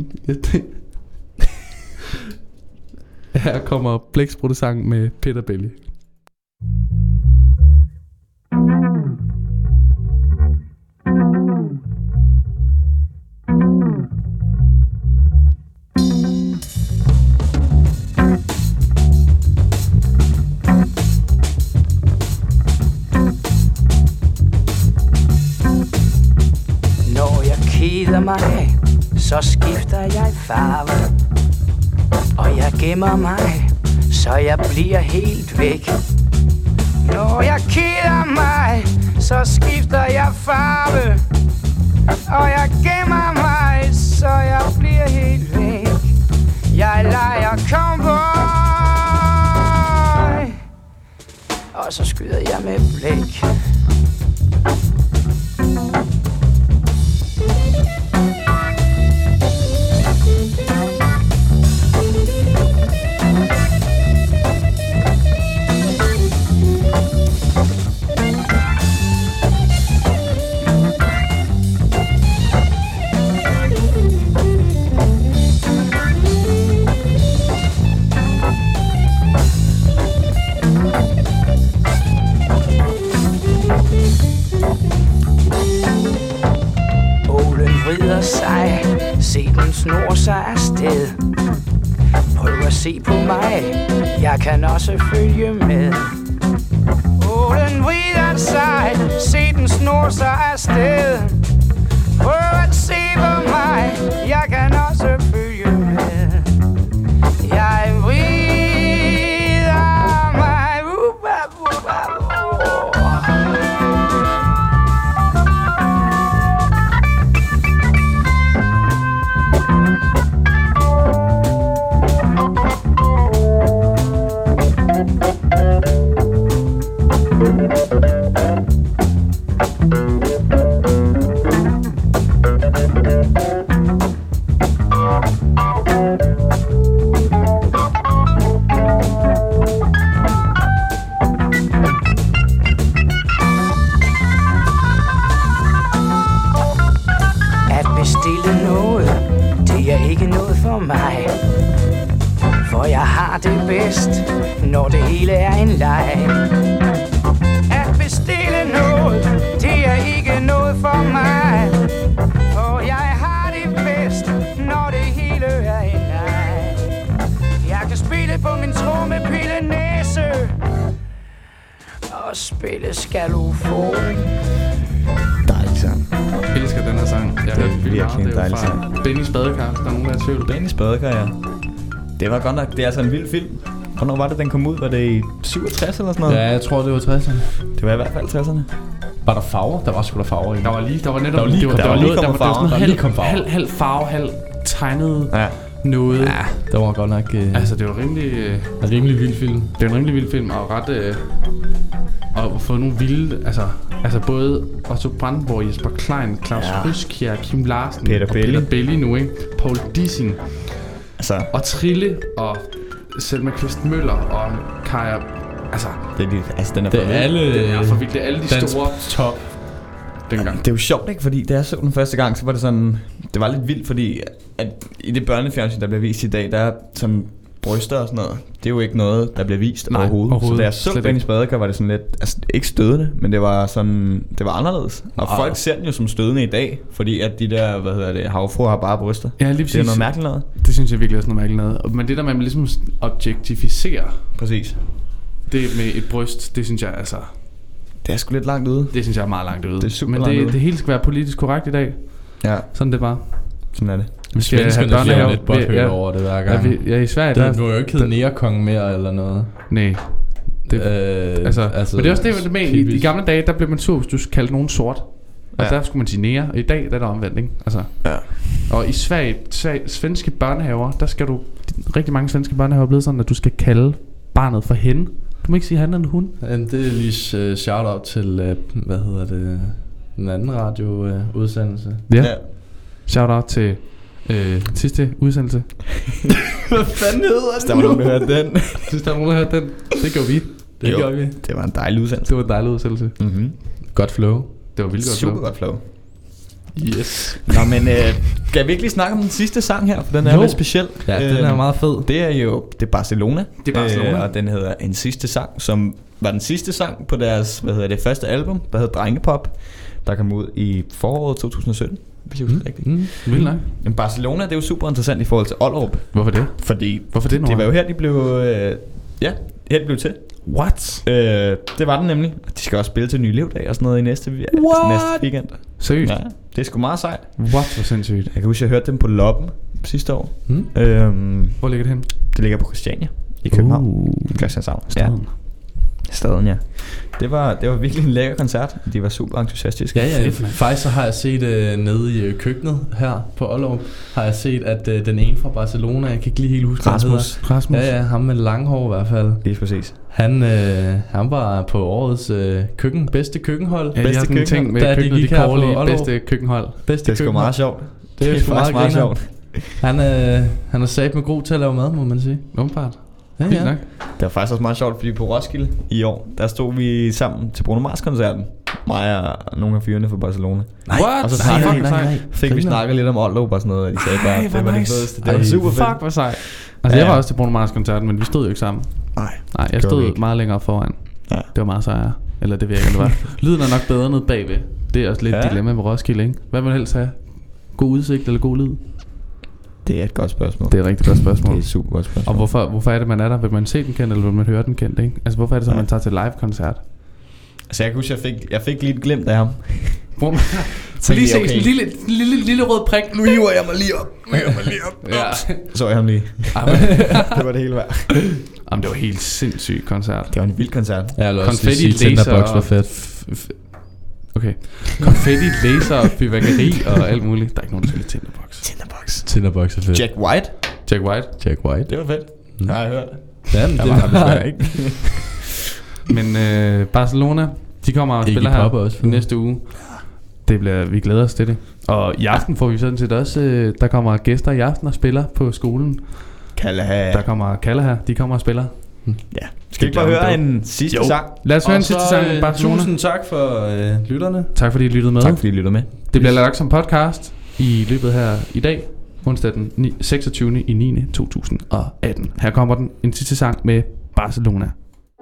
Her kommer Blæksprutte-sang med Peter Belli. Når jeg keder mig, så skifter jeg farve. Og jeg gemmer mig, så jeg bliver helt væk. Når jeg keder mig, så skifter jeg farve. Og jeg gemmer mig, så jeg bliver helt væk. Jeg leger cowboy, og så skyder jeg med blæk. Sig. Se den snor sig afsted. Prøv at se på mig, jeg kan også følge med. Solen vrider sig, se den snor sig afsted. Prøv at se på mig, jeg kan også følge med. Jeg vrider mig. At bestille noget, det er ikke noget for mig. For jeg har det bedst, når det hele er en leg. At bestille noget, det er ikke noget for mig. For jeg har det bedst, når det hele er en leg. Jeg kan spille på min trommepille næse og spille xylofon. Dejlig sang. Jeg elsker den her sang. Jeg har hørt den vildt meget. Det er jo fra Bennys Badekar. Der er nogen, der er i tvivl. Bennys Badekar, ja. Det var godt nok. Det er altså en vild film. Hvornår var det, den kom ud? Var det i 67 eller sådan noget? Ja, jeg tror, det var 60'erne. Det var i hvert fald 60'erne. Var der farver? Der var sgu da farver i. Der var netop... Der var lige kommet farver. Halv farve, halv tegnet noget. Ja, det var godt nok... Altså, det var rimelig vild film. Det var en rimelig vild film, og ret... og få nogle vilde... Altså både Otto Brandenburg, Jesper Klein, Claus Ryskjær, Kim Larsen Peter Belli nu, ikke? Paul Dissing. Altså... Og Trille, og Selma Kvist Møller, og Kaja... Altså... Det er, altså, den er det er alle... Den er for vildt. Det er alle de store... top. Dengang. Det er jo sjovt, ikke? Fordi da jeg så den første gang, så var det sådan... Det var lidt vildt, fordi at i det børnefjernsyn, der bliver vist i dag, der er sådan bryster og sådan noget. Det er jo ikke noget, der bliver vist overhovedet. Så da jeg så Bennys Badekar, var det sådan lidt... Altså, ikke stødende, men det var sådan... Det var anderledes. Og folk ser den jo som stødende i dag, fordi at de der, havfruer har bare bryster. Ja, lige præcis. Det er noget mærkeligt noget. Det synes jeg virkelig er sådan noget mærkeligt noget. Men det der, man ligesom objektificerer... Præcis. Det med et bryst, det synes jeg altså... Det er sgu lidt langt ude. Det synes jeg er meget langt ude. Det er super men langt ude. det hele skal være politisk korrekt i dag. Ja. Sådan det bare. Sådan er det. Vi skal have børnehave lidt botthøl over det hver gang. Ja, i Sverige det, du har jo ikke hedder Nærkongen mere eller noget. Nej. Det, altså, men det er også det med i de gamle dage, der blev man sur, hvis du kaldte nogen sort. Og der skulle man sige nære. Og i dag der er der omvendt, ikke? Altså. Ja. Og i svenske børnehaver, der skal du... Rigtig mange svenske børnehaver er blevet sådan, at du skal kalde barnet for hende. Du må ikke sige han eller hun. Det er lige shout-out til, den anden radio-udsendelse. Ja. Shout-out til sidste udsendelse. Hvad fanden hedder det? Der var nogen, der hørte den. Synes der var nogen, der hørte den? Det gjorde vi. Det gjorde vi. Det var en dejlig udsendelse. Det var en dejlig udsendelse. Mm-hmm. Godt flow. Det var vildt godt flow. Super godt flow. Yes. Nå, men skal vi ikke lige snakke om den sidste sang her? For den er lidt speciel. Ja, den er meget fed. Det er jo Barcelona. Det er Barcelona. Og den hedder En Sidste Sang, som var den sidste sang på deres første album, der hedder Drengepop, der kom ud i foråret 2017. Hvis jeg husker rigtigt. Vildt nok. Men Barcelona, det er jo super interessant i forhold til Ollerup. Hvorfor det? Hvorfor det var jo her, de blev... her de blev til. What? Det var den nemlig. De skal også spille til Ny Livdag og sådan noget i næste weekend. Seriøst? Ja, det er sgu meget sejt. What? Hvor sindssygt. Jeg kan huske, jeg hørte dem på Loppen sidste år. Hvor ligger det hen? Det ligger på Christiania i København. Christianshavn. Staden, ja. Det var virkelig en lækker koncert. De var super entusiastiske. Ja. Faktisk så har jeg set nede i køkkenet her på Ollerup, har jeg set, at den ene fra Barcelona, jeg kan ikke lige helt huske, Rasmus. Ja, ham med lange hår i hvert fald. Lige præcis. Han var på årets bedste køkkenhold. Ja, bedste køkken. Ting med køkkenet, de kårlige bedste køkkenhold. Det er sgu meget sjovt. Det er sgu meget sjovt. Han er sat med god til at lave mad, må man sige. Umiddelbart. Ja. Det var faktisk også meget sjovt, fordi på Roskilde i år, der stod vi sammen til Bruno Mars-koncerten. Mig og nogle af fyrene fra Barcelona. What? Og så fik vi snakket lidt om Ollerup og sådan noget, og de sagde bare, det var det fedeste. Det var super fedt. Fuck, hvor sej. Altså jeg var også til Bruno Mars-koncerten, men vi stod jo ikke sammen. Nej, jeg stod meget længere foran. Det var meget sejere. Eller det ved jeg ikke, det var. Lyden er nok bedre nede bagved. Det er også lidt dilemma med Roskilde, ikke? Hvad vil du helst have? God udsigt eller god lyd? Det er et godt spørgsmål. Det er et rigtig godt spørgsmål. Det er et super godt spørgsmål. Og hvorfor er det, man er der? Vil man se den kendt, eller vil man høre den kendt, ikke? Altså, hvorfor er det så, man tager til live-koncert? Så jeg kan huske, jeg fik lige et glimt af ham. Så lige se okay. En lille rød prik. Nu hiver jeg mig lige op. Ja. Så jeg ham lige. Det var det hele værd. Jamen, det var helt sindssyg koncert. Det var en vild koncert. Konfetti, laser var fedt. Okay. Konfetti, laser og fyrværkeri og alt muligt. Der er ikke nogen, der spiller Tinderbox er fedt. Jack White. Jack White. Det var fedt. Jeg har hørt. Ja, det var ikke. Men Barcelona, de kommer og spiller her også, næste uge. Vi glæder os til det. Og i aften får vi sådan set også, der kommer gæster i aften og spiller på skolen. Kalaha. Der kommer Kalaha, de kommer og spiller. Ja. Skal vi bare høre en sidste sang? Lad os høre en sidste sang. Tusind tak for lytterne. Tak fordi I lyttede med. Tak fordi I lyttede med. Det bliver lagt som podcast i løbet her i dag, onsdag den 26.9.2018. Her kommer den en sidste sang med Barcelona.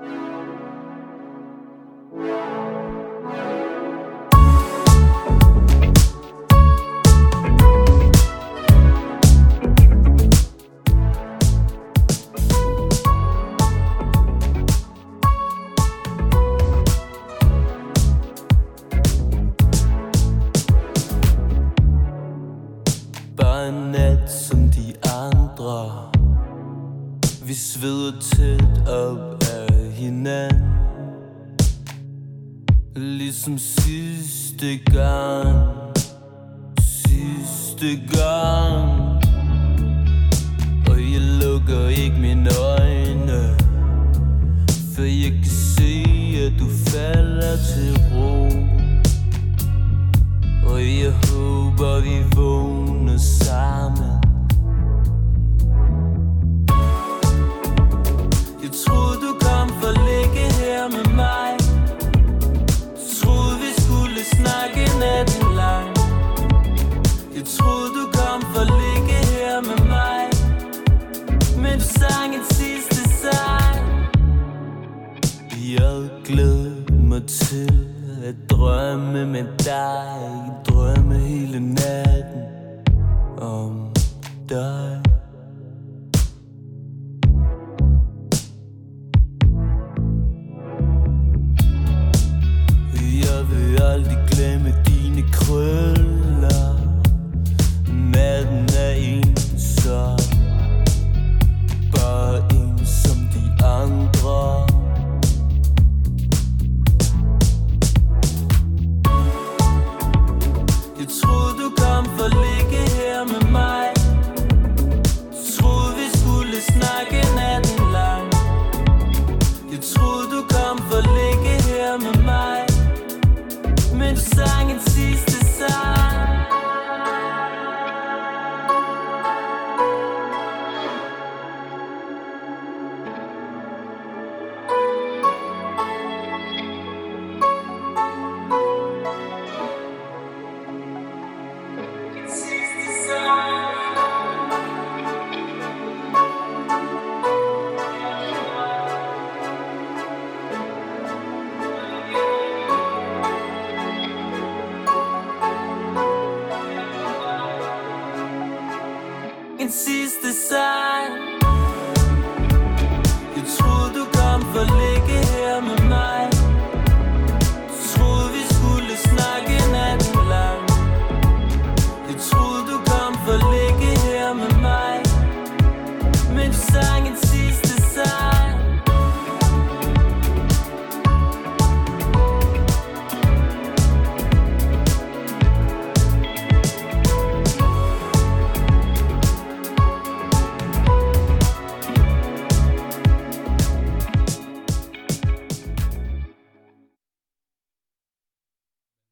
Vi sveder tæt op af hinanden, ligesom sidste gang. Og jeg lukker ikke mine øjne, for jeg kan se, at du falder til ro. Og jeg håber, vi vågner sammen. Jeg troede du kom for at ligge her med mig. Troede vi skulle snakke natten lang. Jeg troede du kom for at ligge her med mig, men du sang en sidste sang. Jeg glæder mig til at drømme med dig. Drømme hele natten om dig. Jeg vil aldrig glemme dine krøller. Natten er ensom, bare en som de andre. Jeg troede du kom for at ligge her med mig. Troede vi skulle snakke natten lang. Jeg troede du kom for at ligge her med mig, men du sang en sidste sang. En sidste sang.